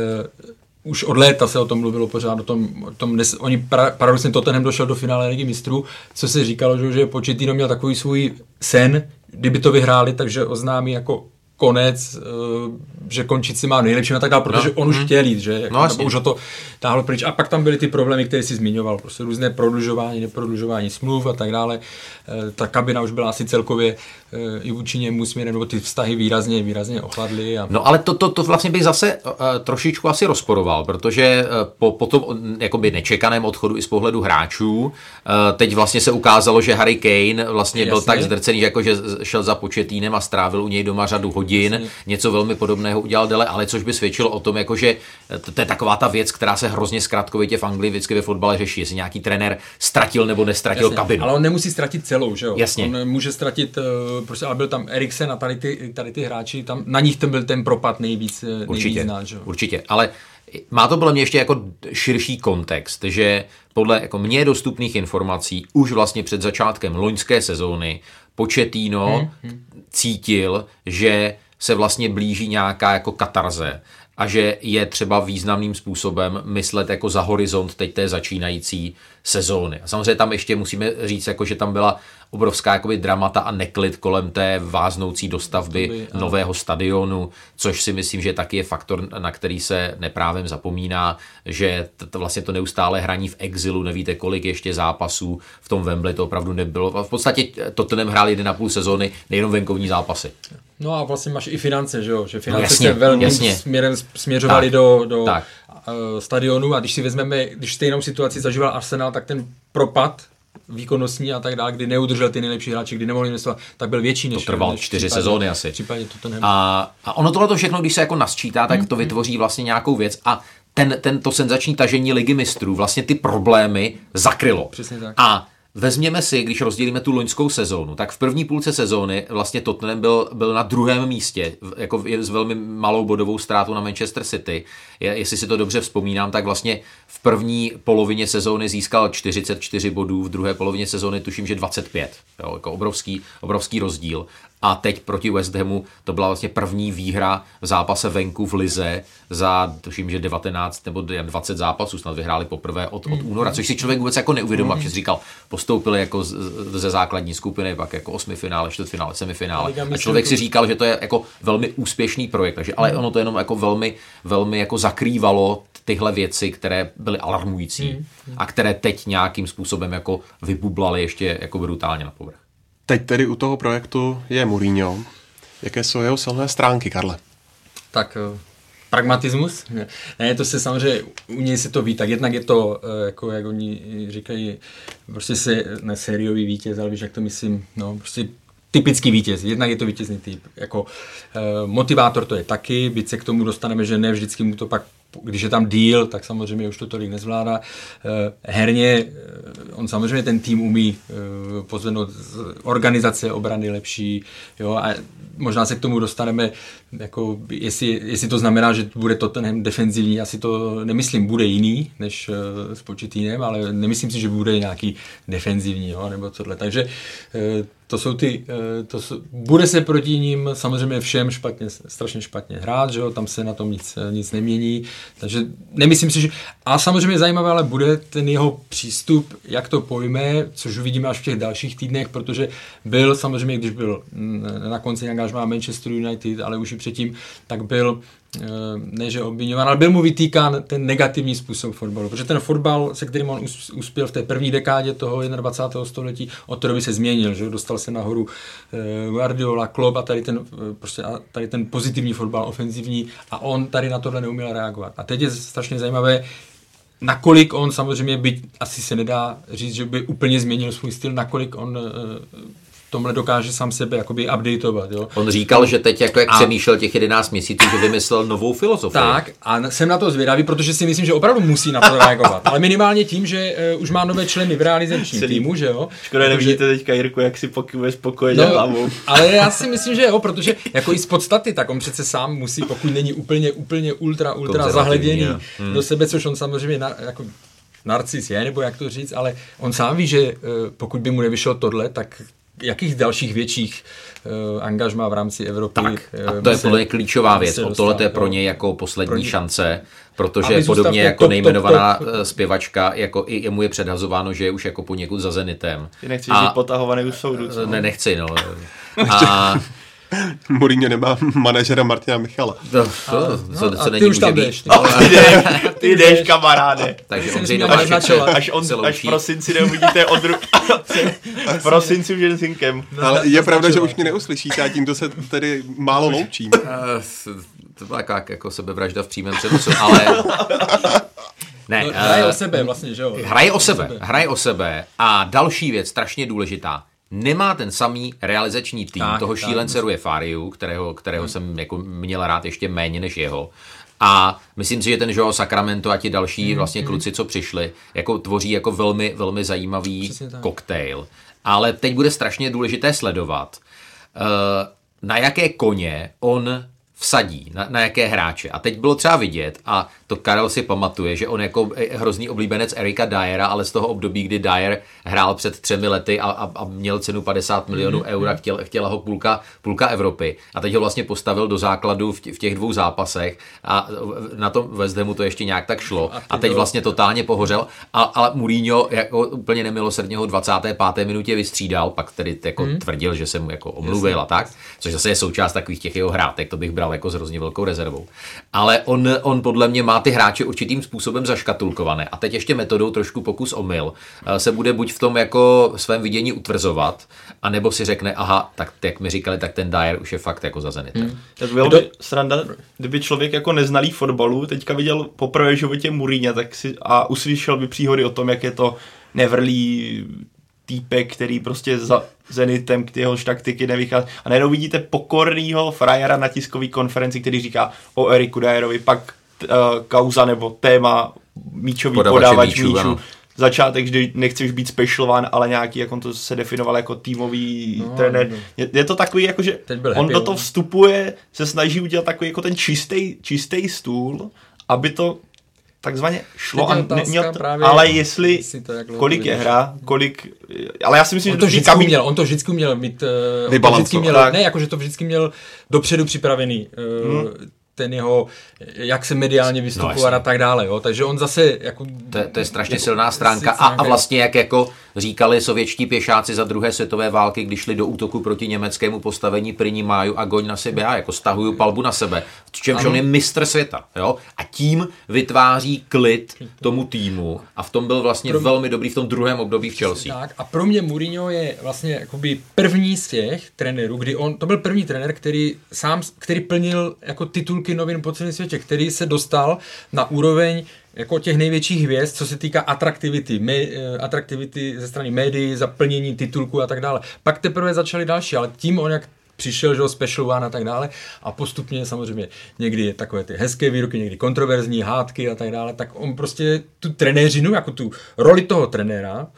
už od léta se o tom mluvilo pořád, oni paradoxně Tottenham došel do finále Ligy mistrů, co se říkalo, že Pochettino měl takový svůj sen, kdyby to vyhráli, takže oznámí jako konec, že končit si má nejlepším a tak dále, protože on už chtěl jít, že už ho to táhlo pryč. A pak tam byly ty problémy, které si zmiňoval, prostě různé prodlužování, neprodlužování smluv a tak dále. Ta kabina už byla asi celkově i vůči němu směrem, nebo ty vztahy výrazně ochladly. No ale to vlastně bych zase trošičku asi rozporoval, protože po tom jakoby nečekaném odchodu i z pohledu hráčů, teď vlastně se ukázalo, že Harry Kane vlastně byl tak zdrcený, že šel za Pochettínem a strávil u něj doma řadu hodin, něco velmi podobného udělal Dele, ale což by svědčilo o tom, že to je taková ta věc, která se hrozně zkratkovitě v Anglii vždycky ve fotbale řeší, jestli nějaký trenér ztratil nebo nestratil kabinu. Ale on nemusí ztratit celou, že jo? Jasně. On může ztratit, prostě, ale byl tam Eriksen a tady ty hráči, tam, na nich ten byl ten propad nejvíc znát, že jo? Určitě, ale má to podle mě ještě jako širší kontext, že podle jako mně dostupných informací už vlastně před začátkem loňské sezóny Pochettino cítil, že se vlastně blíží nějaká jako katarze a že je třeba významným způsobem myslet jako za horizont teď té začínající sezóny. A samozřejmě tam ještě musíme říct, že tam byla obrovská jakoby dramata a neklid kolem té váznoucí dostavby nového stadionu, což si myslím, že taky je faktor, na který se neprávem zapomíná, že vlastně to neustále hraní v exilu, nevíte kolik ještě zápasů v tom Wembley, to opravdu nebylo. V podstatě Tottenham hrál 1,5 sezóny, nejenom venkovní zápasy. No a vlastně máš i finance, že jo? Že finance se velmi směřovaly do stadionu a když si vezmeme, když stejnou situaci zažíval Arsenal, tak ten propad výkonnostní a tak dále, kdy neudržel ty nejlepší hráči, kdy nemohli investovat, tak byl větší než... To trval 4 sezóny asi. A ono tohle všechno, když se jako nasčítá, tak to vytvoří vlastně nějakou věc a to senzační tažení Ligy mistrů vlastně ty problémy zakrylo. Přesně tak. A vezměme si, když rozdělíme tu loňskou sezónu, tak v první půlce sezóny vlastně Tottenham byl na 2. místě, jako s velmi malou bodovou ztrátou na Manchester City. Jestli si to dobře vzpomínám, tak vlastně v první polovině sezóny získal 44 bodů, v druhé polovině sezóny tuším, že 25. Jo, jako obrovský rozdíl. A teď proti West Hamu to byla vlastně první výhra v zápase venku v lize za, tuším, že 19 nebo 20 zápasů snad vyhráli poprvé od února, což si člověk vůbec jako neuvědomil, protože říkal, postoupili jako ze základní skupiny, pak jako 8. finále, 4. semifinále. A člověk si říkal, že to je jako velmi úspěšný projekt, takže ale ono to jenom jako velmi jako zakrývalo tyhle věci, které byly alarmující a které teď nějakým způsobem jako vybublaly ještě jako brutálně na povrch. Teď tedy u toho projektu je Mourinho. Jaké jsou jeho silné stránky, Karle? Tak pragmatismus. Ne, to se samozřejmě, u něj se to ví, tak jednak je to, jako jak oni říkají, prostě sériový vítěz, ale víš, jak to myslím, no, prostě typický vítěz, jednak je to vítězný typ. Jako motivátor to je taky, byť se k tomu dostaneme, že ne vždycky mu to pak, když je tam deal, tak samozřejmě už to tolik nezvládá. Herně, on samozřejmě ten tým umí pozvednout organizace, obrany lepší, jo, a možná se k tomu dostaneme, jako jestli to znamená, že bude Tottenham defenzivní, asi to nemyslím, bude jiný než s Pochettínem, ale nemyslím si, že bude nějaký defenzivní, jo, nebo tohle. Takže bude se proti ním samozřejmě všem strašně špatně hrát, že jo, tam se na tom nic nemění, takže nemyslím si, že... A samozřejmě zajímavé, ale bude ten jeho přístup, jak to pojme, což uvidíme až v těch dalších týdnech, protože byl samozřejmě, když byl na konci angažmá Manchester United, ale už i předtím, tak byl ne že obviňován, ale byl mu vytýkán ten negativní způsob fotbalu, protože ten fotbal, se kterým on uspěl v té první dekádě toho 21. století, od té doby se změnil, že dostal se nahoru Guardiola, Klopp a tady ten pozitivní fotbal, ofenzivní, a on tady na tohle neuměl reagovat. A teď je strašně zajímavé, nakolik on samozřejmě, byť asi se nedá říct, že by úplně změnil svůj styl, nakolik on tomhle dokáže sám sebe jakoby updateovat. Jo. On říkal, že teď jak přemýšlel těch 11 měsíců, že vymyslel novou filozofii. Tak, a jsem na to zvědavý, protože si myslím, že opravdu musí na to reagovat. Ale minimálně tím, že už má nové členy v realizačním týmu, že jo. Škoda, nevidíte teďka Jirku, jak si pokybuje spokojeně hlavou. Ale já si myslím, že jo, protože jako i z podstaty, tak on přece sám musí, pokud není úplně ultra zahleděný do sebe, což on samozřejmě jako narcis je, nebo jak to říct, ale on sám ví, že pokud by mu nevyšlo tohle, tak jakých dalších větších angažmá v rámci Evropy. Tak, a to je podle mě klíčová věc. Tohle je pro něj jako poslední šance, protože podobně jako nejmenovaná zpěvačka, jako i jemu je předhazováno, že je už jako poněkud za Zenitem. Ty nechceš být potahovaný u soudu, co? Ne, nechci, no. Mourinho nemá manažera Martina Michala. Co není může být. Ty jdeš, kamaráde. Takže Ondřej Nováček až v prosinci neuvidíte v prosinci už jen synkem. Ale je pravda, že už mě neuslyšíte a tímto se tedy málo loučím. To byla jako sebevražda v přímém přenosu, ale... Ne, hraje o sebe vlastně, že jo? Hraje o sebe a další věc, strašně důležitá. Nemá ten samý realizační tým toho šílence Ruje Fariu, kterého jsem jako měl rád ještě méně než jeho. A myslím si, že ten Joao Sacramento a ti další vlastně kluci, co přišli, jako tvoří jako velmi, velmi zajímavý koktejl. Ale teď bude strašně důležité sledovat, na jaké koně on vsadí, na jaké hráče. A teď bylo třeba vidět, a to Karel si pamatuje, že on jako hrozný oblíbenec Erika Dyera, ale z toho období, kdy Dyer hrál před 3 lety a měl cenu 50 milionů eur, chtěla ho půlka Evropy. A teď ho vlastně postavil do základu v těch 2 zápasech a na tom West Hamu to ještě nějak tak šlo. A teď vlastně totálně pohořel. Ale Mourinho jako úplně nemilosrdně ho 25. minutě vystřídal, pak tedy jako tvrdil, že se mu jako omluvil a tak, což zase je součást takových těch jeho hrátek, to bych bral jako s hrozně velkou rezervou. Ale on podle mě má ty hráče určitým způsobem zaškatulkované. A teď ještě metodou trošku pokus omyl se bude buď v tom jako svém vidění utvrzovat, anebo si řekne, aha, tak jak mi říkali, tak ten Dyer už je fakt jako za Zenitem. Tak bylo by sranda, kdyby člověk jako neznalý fotbalu teďka viděl poprvé v životě Mourinha, tak a uslyšel by příhody o tom, jak je to nevrlý týpek, který prostě za Zenitem, k jehož taktiky nevychází. A najednou vidíte pokornýho frajera na tiskové konferenci, který říká o Eriku Dyerovi, pak kauza nebo téma míčový podávač míčů. Začátek, že nechci už být specialován, ale nějaký, jak on to se definoval jako týmový trenér. Je to takový, jako, že on do toho vstupuje, se snaží udělat takový jako ten čistý stůl, aby to takzvaně šlo, ale jestli kolik je hra, ale já si myslím, že on to vždycky měl mít vybalancovat. Ne, jakože to vždycky měl dopředu připravený. Ten jeho, jak se mediálně vystupovat a tak dále, jo. Takže on zase jako... To je strašně silná stránka a vlastně jak jako říkali sovětští pěšáci za druhé světové války, když šli do útoku proti německému postavení prinímáju a goň na sebe, já jako stahuju palbu na sebe, v čemž on je mistr světa, jo. A tím vytváří klid tomu týmu a v tom byl vlastně velmi dobrý v tom druhém období v Chelsea. Tak, a pro mě Mourinho je vlastně jakoby první z těch trenérů, kdy to byl první trenér, který plnil jako titulky novin po celém světě, který se dostal na úroveň jako těch největších hvězd, co se týká atraktivity ze strany médií, zaplnění titulku a tak dále. Pak teprve začali další, ale tím on jak přišel, že ho specialován a tak dále a postupně samozřejmě někdy takové ty hezké výroky, někdy kontroverzní hádky a tak dále, tak on prostě tu trenéřinu, jako tu roli toho trenéra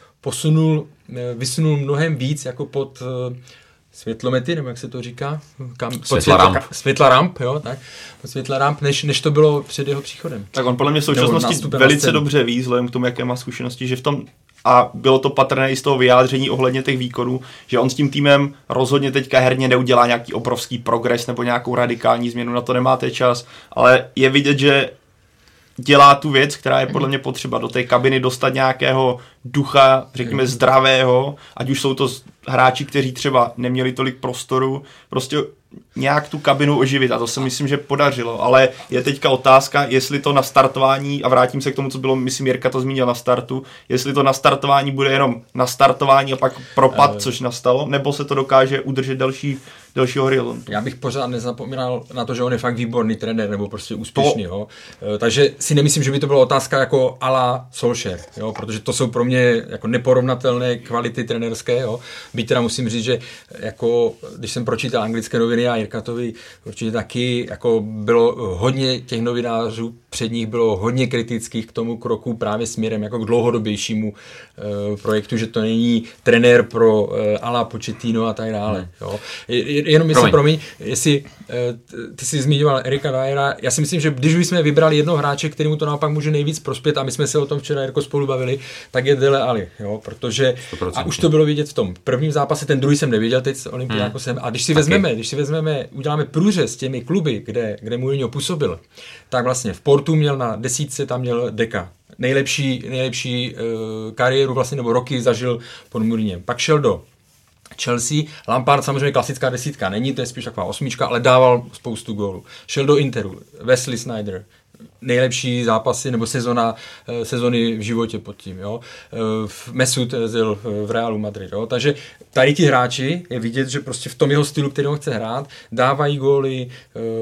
vysunul mnohem víc jako pod světlomety, nebo jak se to říká? Světlaramp, jo, tak. Světlaramp, než to bylo před jeho příchodem. Tak on podle mě v současnosti velice dobře ví, vzhledem k tomu, jaké má zkušenosti, že v tom a bylo to patrné i z toho vyjádření ohledně těch výkonů, že on s tím týmem rozhodně teďka herně neudělá nějaký obrovský progres nebo nějakou radikální změnu, na to nemáte čas, ale je vidět, že dělá tu věc, která je podle mě potřeba do té kabiny dostat nějakého ducha, řekněme zdravého, ať už jsou to hráči, kteří třeba neměli tolik prostoru, prostě nějak tu kabinu oživit a to se myslím, že podařilo, ale je teďka otázka, jestli to nastartování, a vrátím se k tomu, co bylo, myslím, Jirka to zmínil na startu, jestli to nastartování bude jenom nastartování a pak propad, což nastalo, nebo se to dokáže udržet dalšího horizontu. Já bych pořád nezapomínal na to, že on je fakt výborný trenér, nebo prostě úspěšný, jo. Takže si nemyslím, že by to byla otázka jako à la Solskjaer, jo, protože to jsou pro mě jako neporovnatelné kvality trenérské, jo. Byť teda musím říct, že jako, když jsem pročítal anglické noviny a Jirkatovi určitě taky, jako bylo hodně těch novinářů, před nich bylo hodně kritických k tomu kroku právě směrem jako k dlouhodobějšímu projektu, že to není trenér pro à la Pochettino a tak dále, jo. Jenom jestli, promiň, jestli ty jsi zmiňoval Erika Dyera, já si myslím, že když bychom vybrali jednoho hráče, kterému to naopak může nejvíc prospět, a my jsme se o tom včera Jirko spolu bavili, tak je Dele Alli, jo, protože 100%. A už to bylo vidět v tom prvním zápase, ten druhý jsem neviděl teď s Olympiákosem, a když si vezmeme, uděláme průřez s těmi kluby, kde Mourinho působil, tak vlastně v Portu měl na 10, tam měl Deka. Nejlepší kariéru vlastně, nebo roky zažil pod Mourinhem. Pak šel do Chelsea, Lampard samozřejmě klasická 10 není, to je spíš taková 8, ale dával spoustu gólů. Šel do Interu, Wesley Sneijder, nejlepší zápasy nebo sezony v životě pod tím, jo. Mesut Özil v Realu Madrid, jo. Takže tady ti hráči je vidět, že prostě v tom jeho stylu, který on chce hrát, dávají góly,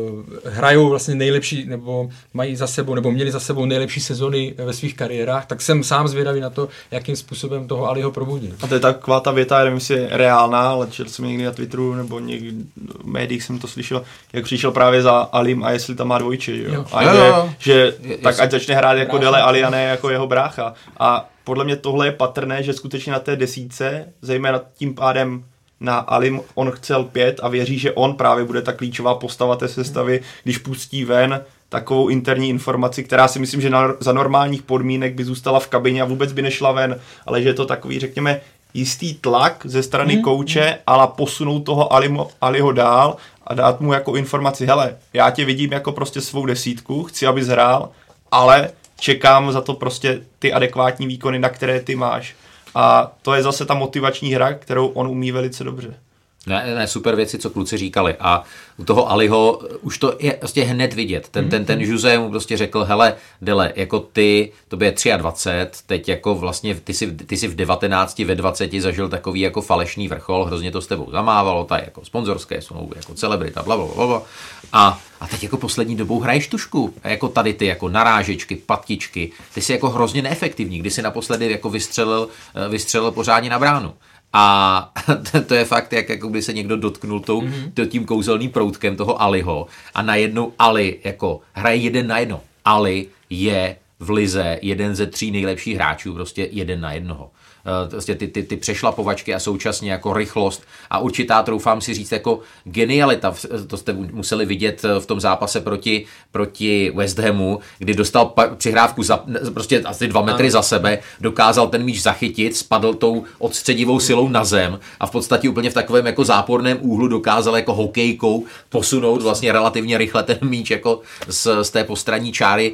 hrajou vlastně nejlepší, nebo mají za sebou, nebo měli za sebou nejlepší sezony ve svých kariérách, tak jsem sám zvědavý na to, jakým způsobem toho Aliho probudí. A to je taková ta věta, nevím, jestli je reálná, ale četl jsem někdy na Twitteru nebo někdy v médiích jsem to slyšel, jak přišel právě za Alim a jestli tam má dvojče, jo. Že tak ať začne hrát jako Dele Alli a ne jako jeho brácha. A podle mě tohle je patrné, že skutečně na té 10, zejména tím pádem na Alim, on chcel 5 a věří, že on právě bude ta klíčová postava té sestavy, když pustí ven takovou interní informaci, která si myslím, že za normálních podmínek by zůstala v kabině a vůbec by nešla ven, ale že je to takový, řekněme, jistý tlak ze strany kouče, ale posunout toho Aliho dál a dát mu jako informaci, hele, já tě vidím jako prostě svou 10, chci, abys hrál, ale čekám za to prostě ty adekvátní výkony, na které ty máš. A to je zase ta motivační hra, kterou on umí velice dobře. Ne, super věci, co kluci říkali. A u toho Aliho už to je prostě hned vidět. Ten Jose mu prostě řekl, hele, Dele, jako ty, to je 23, teď jako vlastně ty si v 19, ve 20 zažil takový jako falešný vrchol, hrozně to s tebou zamávalo, tady jako sponzorské jsou jako celebrita, blablabla. A teď jako poslední dobou hraješ tušku. A jako tady ty jako narážečky, patičky, ty jsi jako hrozně neefektivní, když si naposledy jako vystřelil pořádně na bránu. A to je fakt, jako by se někdo dotknul tím kouzelným proutkem toho Aliho a najednou Ali jako hraje 1 na 1. Ali je v lize jeden ze 3 nejlepších hráčů, prostě 1 na 1. Prostě ty přešlapovačky a současně jako rychlost a určitá, troufám si říct, jako genialita, to jste museli vidět v tom zápase proti West Hamu, kdy dostal přihrávku prostě asi 2 metry za sebe, dokázal ten míč zachytit, spadl tou odstředivou silou na zem a v podstatě úplně v takovém jako záporném úhlu dokázal jako hokejkou posunout vlastně relativně rychle ten míč jako z té postranní čáry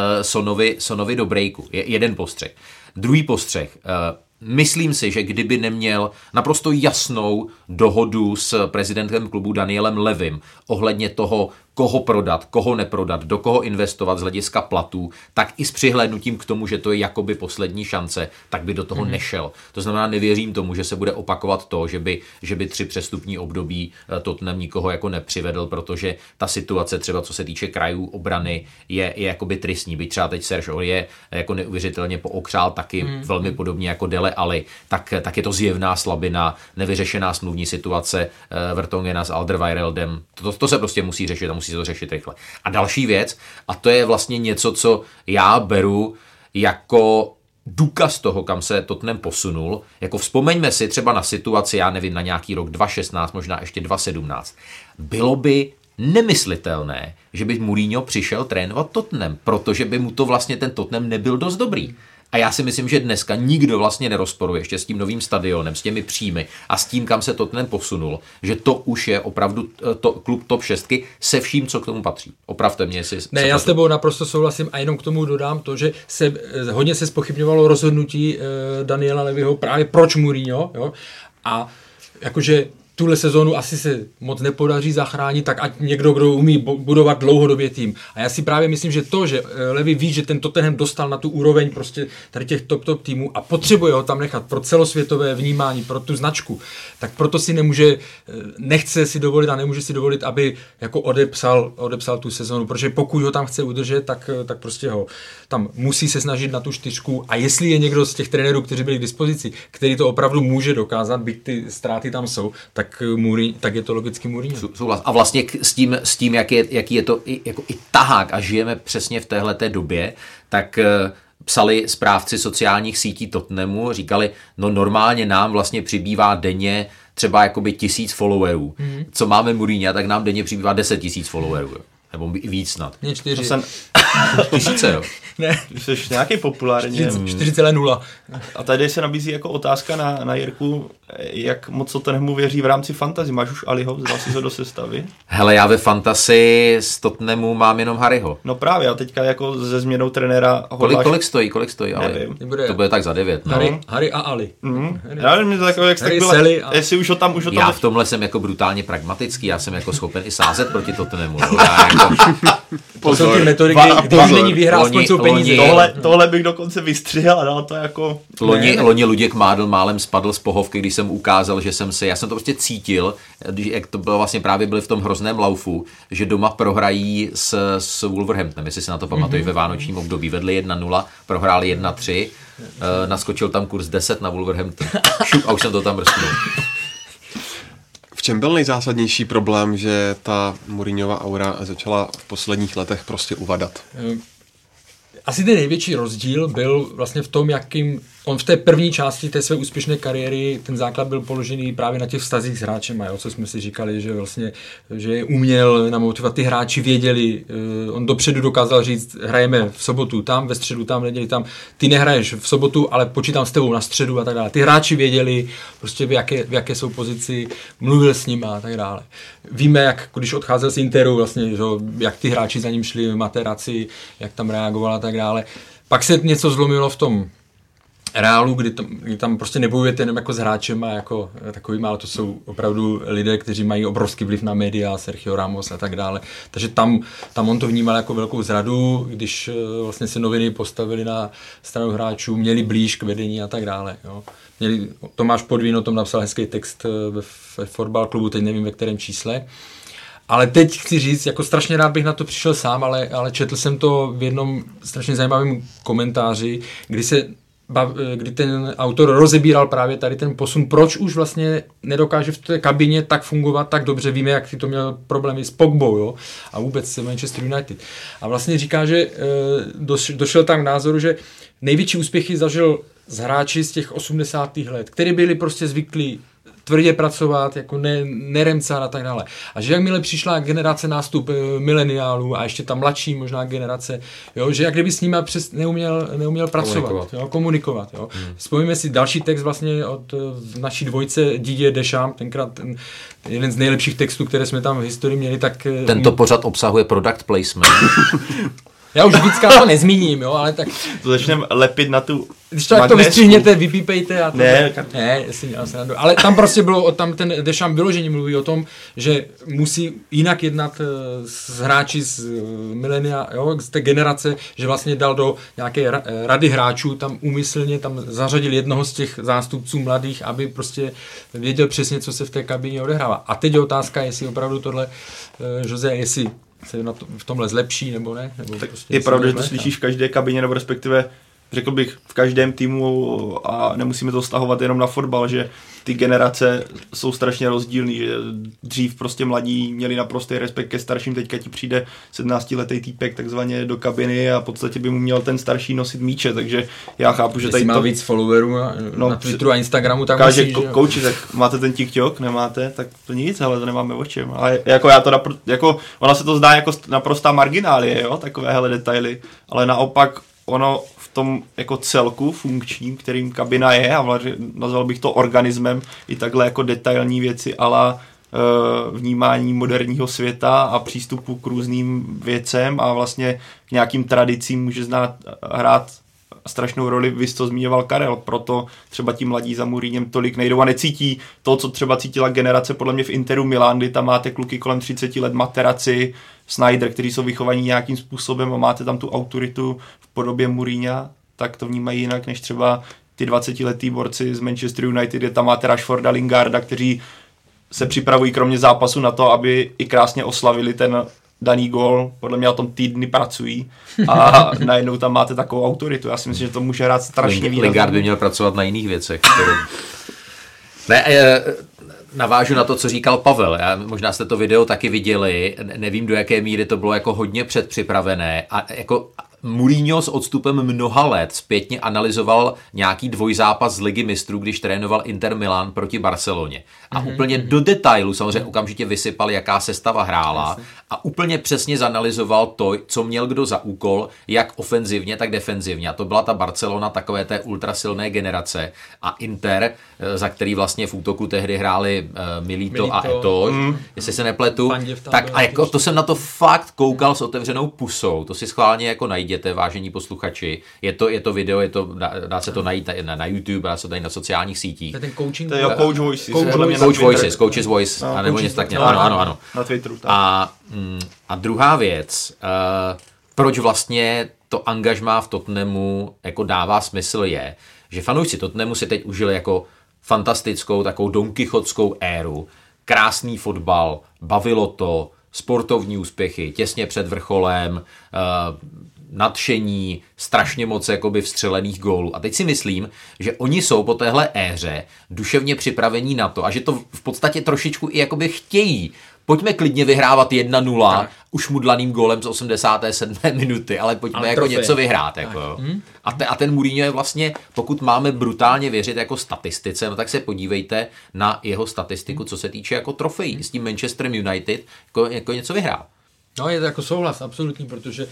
Sonovi do breaku. Jeden postřeh. Druhý postřeh. Myslím si, že kdyby neměl naprosto jasnou dohodu s prezidentem klubu Danielem Levim ohledně toho, koho prodat, koho neprodat, do koho investovat z hlediska platů, tak i s přihlédnutím k tomu, že to je jakoby poslední šance, tak by do toho nešel. To znamená, nevěřím tomu, že se bude opakovat to, že by 3 přestupní období Tottenham nikoho jako nepřivedl, protože ta situace třeba co se týče krajů obrany je jakoby tristní. Byť třeba teď Serge Aurier jako neuvěřitelně pookřál taky velmi podobně jako Dele Alli, tak je to zjevná slabina, nevyřešená smluvní situace Vertongena s Alderweireldem. To se prostě musí řešit a musí se to řešit rychle. A další věc, a to je vlastně něco, co já beru jako důkaz toho, kam se Tottenham posunul. Jako vzpomeňme si třeba na situaci, já nevím, na nějaký rok 2016, možná ještě 2017. Bylo by nemyslitelné, že by Mourinho přišel trénovat Tottenham, protože by mu to vlastně ten Tottenham nebyl dost dobrý. A já si myslím, že dneska nikdo vlastně nerozporuje ještě s tím novým stadionem, s těmi příjmy a s tím, kam se Tottenham posunul, že to už je opravdu klub top 6 se vším, co k tomu patří. Opravte mě, jestli... Ne, já s tebou naprosto souhlasím a jenom k tomu dodám to, že hodně se zpochybňovalo rozhodnutí Daniela Levyho právě proč Mourinho, jo? A jakože tuhle sezónu asi se moc nepodaří zachránit, tak ať někdo, kdo umí budovat dlouhodobě tým. A já si právě myslím, že to, že Levy ví, že ten Tottenham dostal na tu úroveň prostě tady těch top týmů a potřebuje ho tam nechat pro celosvětové vnímání, pro tu značku, tak proto si nechce si dovolit a nemůže si dovolit, aby jako odepsal tu sezónu, protože pokud ho tam chce udržet, tak prostě ho tam musí se snažit na tu 4 a jestli je někdo z těch trenérů, kteří byli k dispozici, který to opravdu může dokázat, byť ty ztráty tam jsou, tak je to logicky Mourinho. A vlastně s tím jaký je to jako i tahák a žijeme přesně v téhleté době, tak psali správci sociálních sítí Tottenhamu, říkali, no normálně nám vlastně přibývá denně třeba jakoby 1000 followerů. Co máme Mourinha, tak nám denně přibývá 10 000 followerů. Nebo víc snad. Ne, 4. 1000, jo. Ne. Jsi nějaký populární. 4,0. A tady se nabízí jako otázka na Jirku, jak moc Tottenhamu věří v rámci fantasy. Máš už Aliho, vzal si ho do sestavy? Hele, já ve fantasy z Tottenhamu mám jenom Harryho. No právě, a teďka jako ze změnou trenéra Kolik stojí Ali? Nevím. To bude tak za 9. No. Harry a Ali. Já nevím, to jako, jak jsi tak byl, jestli už ho tam... Já v tomhle jsem jako brutálně pragmatický, já jsem jako schopen i sázet proti Tottenhamu. Jako... To jsou ty metody, kdy už není výhra, aspoň jsou peníze. Tohle bych dokonce vystřihl a dal to jako... Loni Luděk Mádl málem spadl z pohovky, když jsem ukázal, že já jsem to prostě cítil, jak to bylo vlastně právě byli v tom hrozném laufu, že doma prohrají s Wolverhamptonem, jestli se na to pamatují, ve vánočním období. Vedli 1-0, prohráli 1-3, naskočil tam kurz 10 na Wolverhampton. A už jsem to tam brsknul. V čem byl nejzásadnější problém, že ta Mourinhova aura začala v posledních letech prostě uvadat? Asi ten největší rozdíl byl vlastně v tom, jakým on v té první části té své úspěšné kariéry, ten základ byl položený právě na těch vztazích s hráčem, co jsme si říkali, že vlastně, že uměl namotivovat, ty hráči věděli, on dopředu dokázal říct, hrajeme v sobotu tam, ve středu tam, v neděli tam, ty nehraješ v sobotu, ale počítám s tebou na středu a tak dále. Ty hráči věděli, prostě v jaké jsou pozici, mluvil s nimi a tak dále. Víme, jak když odcházel z Interu, vlastně, že, jak ty hráči za ním šli, Materazzi, jak tam reagoval a tak dále. Pak se něco zlomilo v tom Reálu, kdy tam prostě nebojujete jenom jako s hráčem a jako takovým, ale to jsou opravdu lidé, kteří mají obrovský vliv na média, Sergio Ramos a tak dále. Takže tam on to vnímal jako velkou zradu, když vlastně se noviny postavili na stranu hráčů, měli blíž k vedení a tak dále. Jo. Tomáš Podvín o tom napsal hezký text ve Fotbal klubu, teď nevím ve kterém čísle. Ale teď chci říct, jako strašně rád bych na to přišel sám, ale četl jsem to v jednom strašně zajímavém komentáři, kdy ten autor rozebíral právě tady ten posun, proč už vlastně nedokáže v té kabině tak fungovat tak dobře. Víme, jak to měl problémy s Pogbou, jo? A vůbec Manchester United. A vlastně říká, že došel tam k názoru, že největší úspěchy zažil z hráči z těch 80. let, kteří byli prostě zvyklí tvrdě pracovat, jako neremcat a tak dále. A že jakmile přišla generace nástup mileniálů a ještě ta mladší možná generace, jo, že jak kdyby s nimi neuměl pracovat, komunikovat. Jo. Vzpomíme si další text vlastně od naší dvojce Didier Deschamps, tenkrát jeden z nejlepších textů, které jsme tam v historii měli, tak... Tento pořad obsahuje product placement. Já už víckrát to nezmíním, jo, ale tak... To začneme lepit na tu když to to vystřihněte, vypípejte a to... Ne, jestli měl se nadu. Ale tam prostě bylo, tam ten Deschamps vyloženě mluví o tom, že musí jinak jednat s hráči z milenia, jo, z té generace, že vlastně dal do nějaké rady hráčů, tam úmyslně tam zařadil jednoho z těch zástupců mladých, aby prostě věděl přesně, co se v té kabině odehrává. A teď je otázka, jestli opravdu tohle, Jose, jestli se na to, v tomhle zlepší, nebo ne? Nebo tak prostě je pravda, že to slyšíš v každé kabině, nebo respektive řekl bych v každém týmu a nemusíme to stahovat jenom na fotbal, že ty generace jsou strašně rozdílný, že dřív prostě mladí měli naprostý respekt ke starším, teďka ti přijde 17letý týpek takzvaně do kabiny a v podstatě by mu měl ten starší nosit míče, takže já chápu, že tady má víc followerů na Twitteru a Instagramu, tak káže kouči, tak máte ten TikTok, nemáte, tak to nic, ale to nemáme o čem. Ale jako já to jako ona se to zdá jako naprostá marginálie, jo, takovéhle detaily, ale naopak ono v tom jako celku funkčním, kterým kabina je, a nazval bych to organismem, i takhle jako detailní věci ala vnímání moderního světa a přístupu k různým věcem a vlastně k nějakým tradicím může hrát strašnou roli, vy jsi to zmiňoval Karel, proto třeba ti mladí za Mourinhem tolik nejdou a necítí to, co třeba cítila generace podle mě v Interu Milan, kdy tam máte kluky kolem 30 let, Materazzi, Snyder, kteří jsou vychovaní nějakým způsobem a máte tam tu autoritu v podobě Mourinha, tak to vnímají jinak než třeba ty 20letý borci z Manchester United, kde tam máte Rashforda, Lingarda, kteří se připravují kromě zápasu na to, aby i krásně oslavili ten daný gól, podle mě na tom týdny pracují a najednou tam máte takovou autoritu. Já si myslím, že to může hrát strašně výrazně. Lingard by měl pracovat na jiných věcech. Navážu na to, co říkal Pavel. Možná jste to video taky viděli, nevím, do jaké míry to bylo jako hodně předpřipravené a jako Mourinho s odstupem mnoha let zpětně analyzoval nějaký dvojzápas z Ligy mistrů, když trénoval Inter Milan proti Barceloně. A úplně do detailu samozřejmě okamžitě vysypal, jaká sestava hrála a úplně přesně zanalyzoval to, co měl kdo za úkol, jak ofenzivně, tak defenzivně. A to byla ta Barcelona takové té ultrasilné generace a Inter, za který vlastně v útoku tehdy hráli Milito a Eto'o, jestli se nepletu. Tak a jako to jsem na to fakt koukal s otevřenou pusou. To si schválně jako najděte, vážení posluchači. Je to video, dá se to najít na YouTube, dá se to najít na sociálních sítích. Ten coaching, to je Coach Voices. Coach's Voice, a nebo něco tak. Ano. Na Twitteru. Tak. A druhá věc, proč vlastně to angažmá v Tottenhamu jako dává smysl je, že fanoušci Tottenhamu si teď užili jako fantastickou takovou donkichotskou éru, krásný fotbal, bavilo to, sportovní úspěchy, těsně před vrcholem, nadšení, strašně moc jakoby vstřelených gólů. A teď si myslím, že oni jsou po téhle éře duševně připravení na to a že to v podstatě trošičku i jakoby chtějí. Pojďme klidně vyhrávat 1-0 už mudlaným gólem z 87. minuty, ale pojďme jako něco vyhrát. Jako. A ten Mourinho je vlastně, pokud máme brutálně věřit jako statistice, no tak se podívejte na jeho statistiku, co se týče jako trofejí. S tím Manchesterem United jako něco vyhrál. No je to jako souhlas, absolutní, protože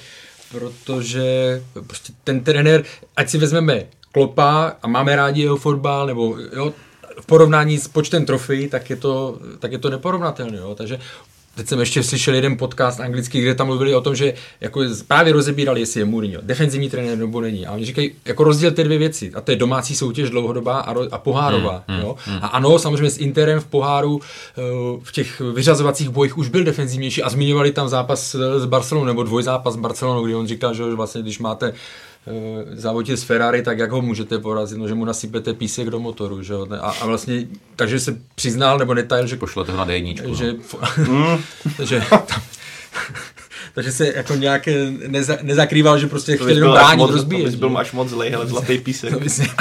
prostě ten trenér, ať si vezmeme Kloppa a máme rádi jeho fotbal, nebo jo, v porovnání s počtem trofejí, tak je to neporovnatelné. Jo? Takže teď jsem ještě slyšel jeden podcast anglický, kde tam mluvili o tom, že jako právě rozebírali, jestli je Mourinho defenzivní trenér nebo není. A oni říkají, jako rozděl ty dvě věci. A to je domácí soutěž dlouhodobá a pohárová. Jo? A ano, samozřejmě s Interem v poháru v těch vyřazovacích bojích už byl defenzivnější a zmiňovali tam zápas s Barcelonou nebo dvojzápas s Barcelonou, kdy on říkal, že vlastně když máte závodit s Ferrari, tak jak ho můžete porazit, no, že mu nasypete písek do motoru, že jo? A vlastně, takže se přiznal, nebo netajil, že pošlete ho na D1. Takže se jako nějak nezakrýval, že prostě chtěl jenom bránit, rozbíjet. To bys byl až moc zlej, hele, zlatý písek.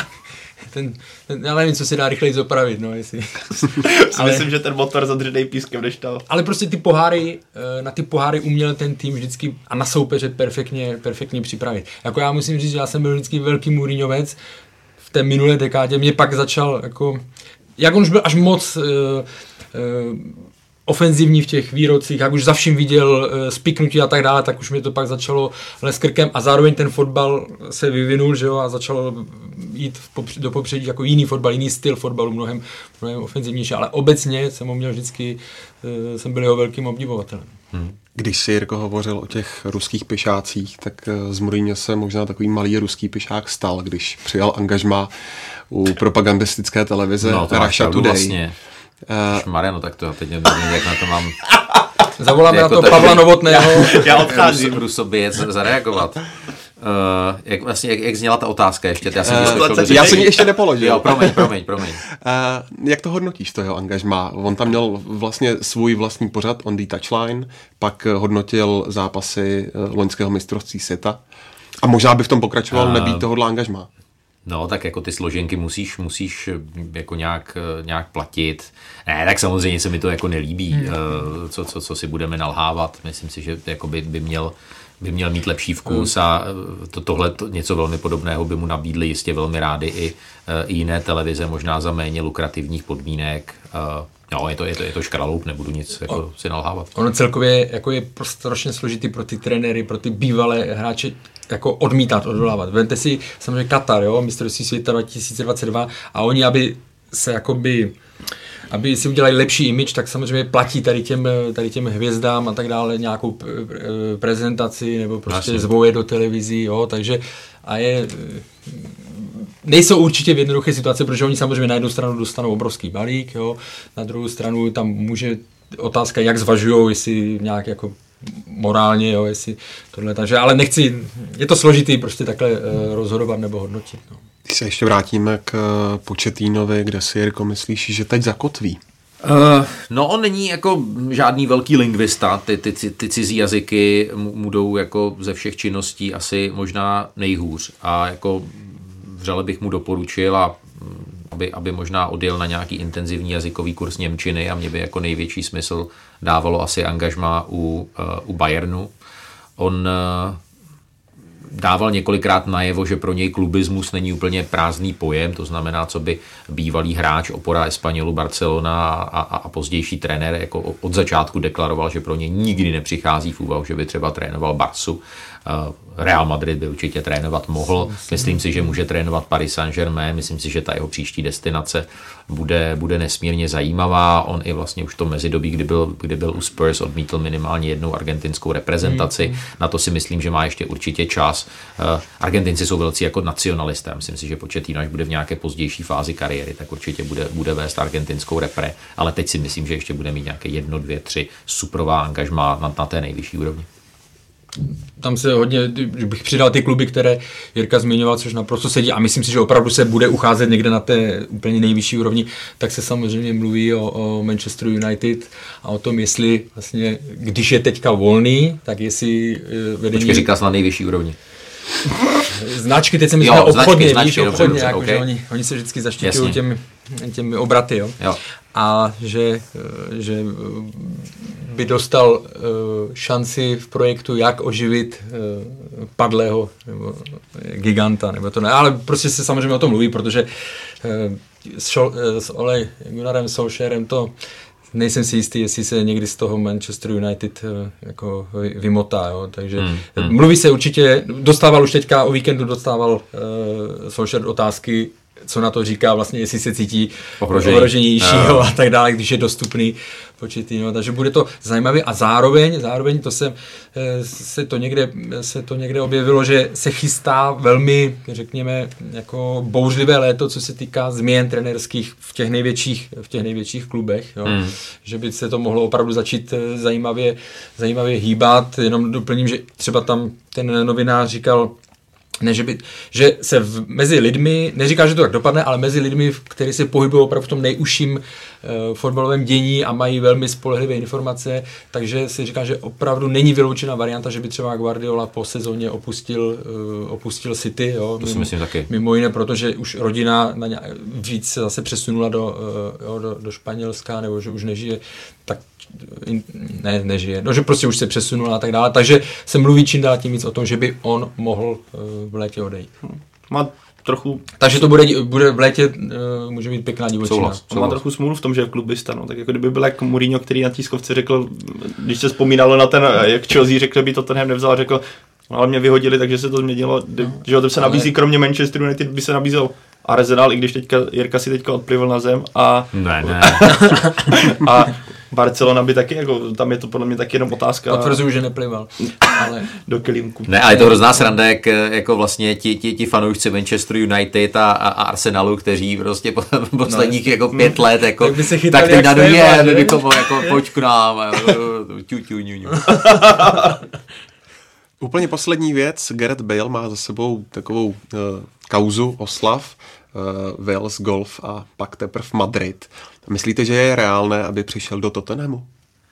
Já nevím, co se dá rychleji zopravit, no, jestli. Myslím, že ten motor zadřenej pískem neštal. Ale prostě na ty poháry uměl ten tým vždycky a na soupeře perfektně připravit. Jako já musím říct, že já jsem byl vždycky velký Mourinhovec v té minulé dekádě. Mě pak začal jako, jak on už byl až moc ofenzivní v těch výrocích, jak už za vším viděl spiknutí a tak dále, tak už mě to pak začalo les krkem a zároveň ten fotbal se vyvinul, že jo, a začal jít do popředí jako jiný fotbal, jiný styl fotbalu, mnohem ofenzivnější, ale obecně jsem ho měl vždycky, jsem byl jeho velkým obdivovatelem. Když si Jirko hovořil o těch ruských pěšácích, tak z Mourinha se možná takový malý ruský pěšák stal, když přijal angažmá u propagandistické televize Russia Today. Vlastně. Mariano, tak to teď nevím, jak na to mám. Zavoláme jako na to Pavla Novotného. Já odcházím. Rusoběc zareagovat. Jak zněla ta otázka ještě? Já jsem ji ještě nepoložil. Jo, promiň. Jak to hodnotíš, to jeho angažmá? On tam měl vlastně svůj vlastní pořad On the Touchline, pak hodnotil zápasy loňského mistrovství světa a možná by v tom pokračoval nebýt tohohle angažmá. No, tak jako ty složenky musíš jako nějak platit. Ne, tak samozřejmě se mi to jako nelíbí, co si budeme nalhávat. Myslím si, že jako by měl mít lepší vkus a tohle něco velmi podobného by mu nabídly jistě velmi rádi i jiné televize, možná za méně lukrativních podmínek. No, je to škraloup, nebudu nic jako si nalhávat. Ono celkově jako je prostě strašně složitý pro ty trenéry, pro ty bývalé hráče jako odvolávat. Vemte si samozřejmě Katar, jo, mistrovství světa 2022 a oni, aby si udělali lepší image, tak samozřejmě platí tady těm hvězdám a tak dále nějakou prezentaci nebo prostě zvou je do televizí, jo, takže nejsou určitě v jednoduché situaci, protože oni samozřejmě na jednu stranu dostanou obrovský balík, jo, na druhou stranu tam může otázka, jak zvažujou, jestli nějak jako morálně, jo, jestli tohle, takže, ale je to složitý prostě takhle rozhodovat nebo hodnotit, no. Když se ještě vrátíme k Pochetinovi, kde si, Jirko, myslíš, že teď zakotví? No on není jako žádný velký lingvista, ty cizí jazyky mu jdou jako ze všech činností asi možná nejhůř a jako vřele bych mu doporučil, aby možná odjel na nějaký intenzivní jazykový kurz němčiny a mě by jako největší smysl dávalo asi angažmá u Bayernu. On dával několikrát najevo, že pro něj klubismus není úplně prázdný pojem, to znamená, co by bývalý hráč, opora Espanyolu, Barcelona a pozdější trenér jako od začátku deklaroval, že pro něj nikdy nepřichází v úvahu, že by třeba trénoval Barsu. Real Madrid by určitě trénovat mohl. Myslím si, že může trénovat Paris Saint-Germain. Myslím si, že ta jeho příští destinace bude nesmírně zajímavá. On i vlastně už to mezidobí, kdy byl u Spurs, odmítl minimálně jednou argentinskou reprezentaci. Na to si myslím, že má ještě určitě čas. Argentinci jsou velcí jako nacionalisté. Myslím si, že Pochettino, až bude v nějaké pozdější fázi kariéry, tak určitě bude vést argentinskou repre. Ale teď si myslím, že ještě bude mít nějaké 1, 2, 3 suprová angažmá na té nejvyšší úrovni. Tam se hodně, bych přidal ty kluby, které Jirka zmiňoval, což naprosto sedí a myslím si, že opravdu se bude ucházet někde na té úplně nejvyšší úrovni, tak se samozřejmě mluví o Manchester United a o tom, jestli vlastně, když je teďka volný, tak jestli vedení... Počkej, říkal jsi na nejvyšší úrovni. Značky, teď jsem myslel obchodně, dobře, jako, okay. že oni se vždycky zaštiťují těmi obraty, jo. A že by dostal šanci v projektu, jak oživit padlého nebo giganta, nebo to ne, ale prostě se samozřejmě o tom mluví, protože s Ole Gunnarem Solskjaerem to nejsem si jistý, jestli se někdy z toho Manchester United jako vymotá, jo, takže mluví se určitě, dostával už teďka o víkendu Solskjaer otázky, co na to říká vlastně, jestli se cítí ohroženějšího a tak dále, když je dostupný Pochettino, takže bude to zajímavé a zároveň to se to někde objevilo, že se chystá velmi, řekněme, jako bouřlivé léto, co se týká změn trenérských v těch největších klubech, jo. Že by se to mohlo opravdu začít zajímavě hýbat, jenom doplním, že třeba tam ten novinář říkal, ne, že se mezi lidmi, neříká, že to tak dopadne, ale mezi lidmi, kteří se pohybují opravdu v tom nejužším fotbalovém dění a mají velmi spolehlivé informace, takže se říká, že opravdu není vyloučená varianta, že by třeba Guardiola po sezóně opustil City. Jo, to si myslím taky. Mimo jiné, protože už rodina víc se zase přesunula do Španělska, nebo že už nežije, tak nežije, no, že prostě už se přesunula a tak dále, takže se mluví čím dál tím víc o tom, že by on mohl v létě odejít. Má trochu... Takže to bude v létě, může být pěkná divočina. Má trochu smůlu v tom, že je klubista, no, tak jako kdyby byl jak Mourinho, který na tiskovce řekl, když se vzpomínalo na ten, jak Chelsea řekl, by Tottenham nevzal, řekl, no, ale mě vyhodili, takže se to změnilo, že o tom se nabízí, kromě Manchester United by se nabízel Arsenal, i když Jirka si teďka odplivl na zem a... Ne. a Barcelona by taky, jako, tam je to podle mě taky jenom otázka. Potvrzuju, že neplival. Ale... do kelímku. Ne, ale je to hrozná sranda, jak jako vlastně ti fanoušci Manchester United a Arsenalu, kteří prostě posledních jako 5 let, jako, tak teď na duně, jako pojď k nám. Úplně poslední věc, Gareth Bale má za sebou takovou kauzu oslav, Wales, golf a pak teprve Madrid. Myslíte, že je reálné, aby přišel do Tottenhamu?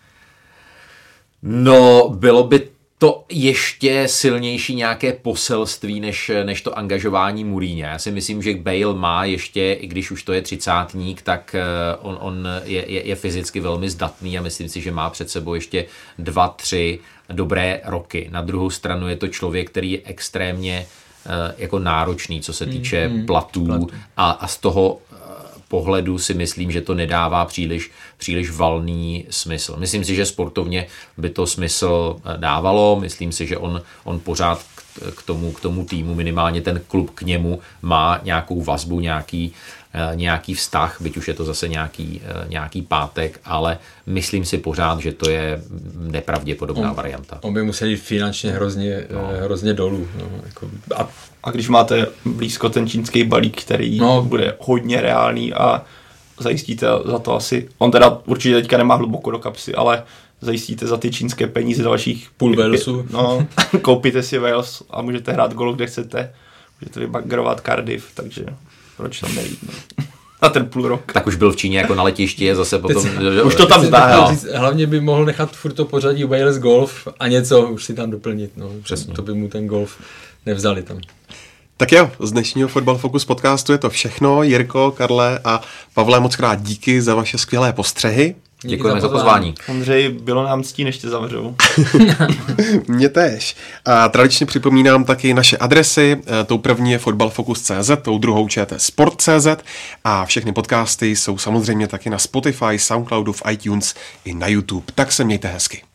No, bylo by to ještě silnější nějaké poselství, než to angažování Mourinha. Já si myslím, že Bale má ještě, i když už to je 30ník, tak on je fyzicky velmi zdatný a myslím si, že má před sebou ještě 2-3 dobré roky. Na druhou stranu je to člověk, který je extrémně jako náročný, co se týče platů a z toho pohledu si myslím, že to nedává příliš valný smysl. Myslím si, že sportovně by to smysl dávalo, myslím si, že on pořád k tomu týmu, minimálně ten klub k němu má nějakou vazbu, nějaký vztah, byť už je to zase nějaký pátek, ale myslím si pořád, že to je nepravděpodobná varianta. On by musel jít finančně hrozně dolů. No, jako, a když máte blízko ten čínský balík, který bude hodně reálný a zajistíte za to asi, on teda určitě teďka nemá hluboko do kapsy, ale zajistíte za ty čínské peníze dalších půl Walesu. Koupíte si Wales a můžete hrát golo, kde chcete. Můžete vybagrovat Cardiff, takže proč tam nejít? No. Na ten půl rok. Tak už byl v Číně jako na letišti, je zase potom... Už to tam zdá. Hlavně by mohl nechat furt to pořadí Wales Golf a něco už si tam doplnit. No. Přesně. To by mu ten golf nevzali tam. Tak jo, z dnešního Fotbal Focus podcastu je to všechno. Jirko, Karle a Pavle, moc krát díky za vaše skvělé postřehy. Děkujeme za pozvání. Ondřej, bylo nám ctí, než tě zavřou. Mně též. A tradičně připomínám taky naše adresy. Tou první je fotbalfocus.cz, tou druhou sport.cz a všechny podcasty jsou samozřejmě taky na Spotify, Soundcloudu, v iTunes i na YouTube. Tak se mějte hezky.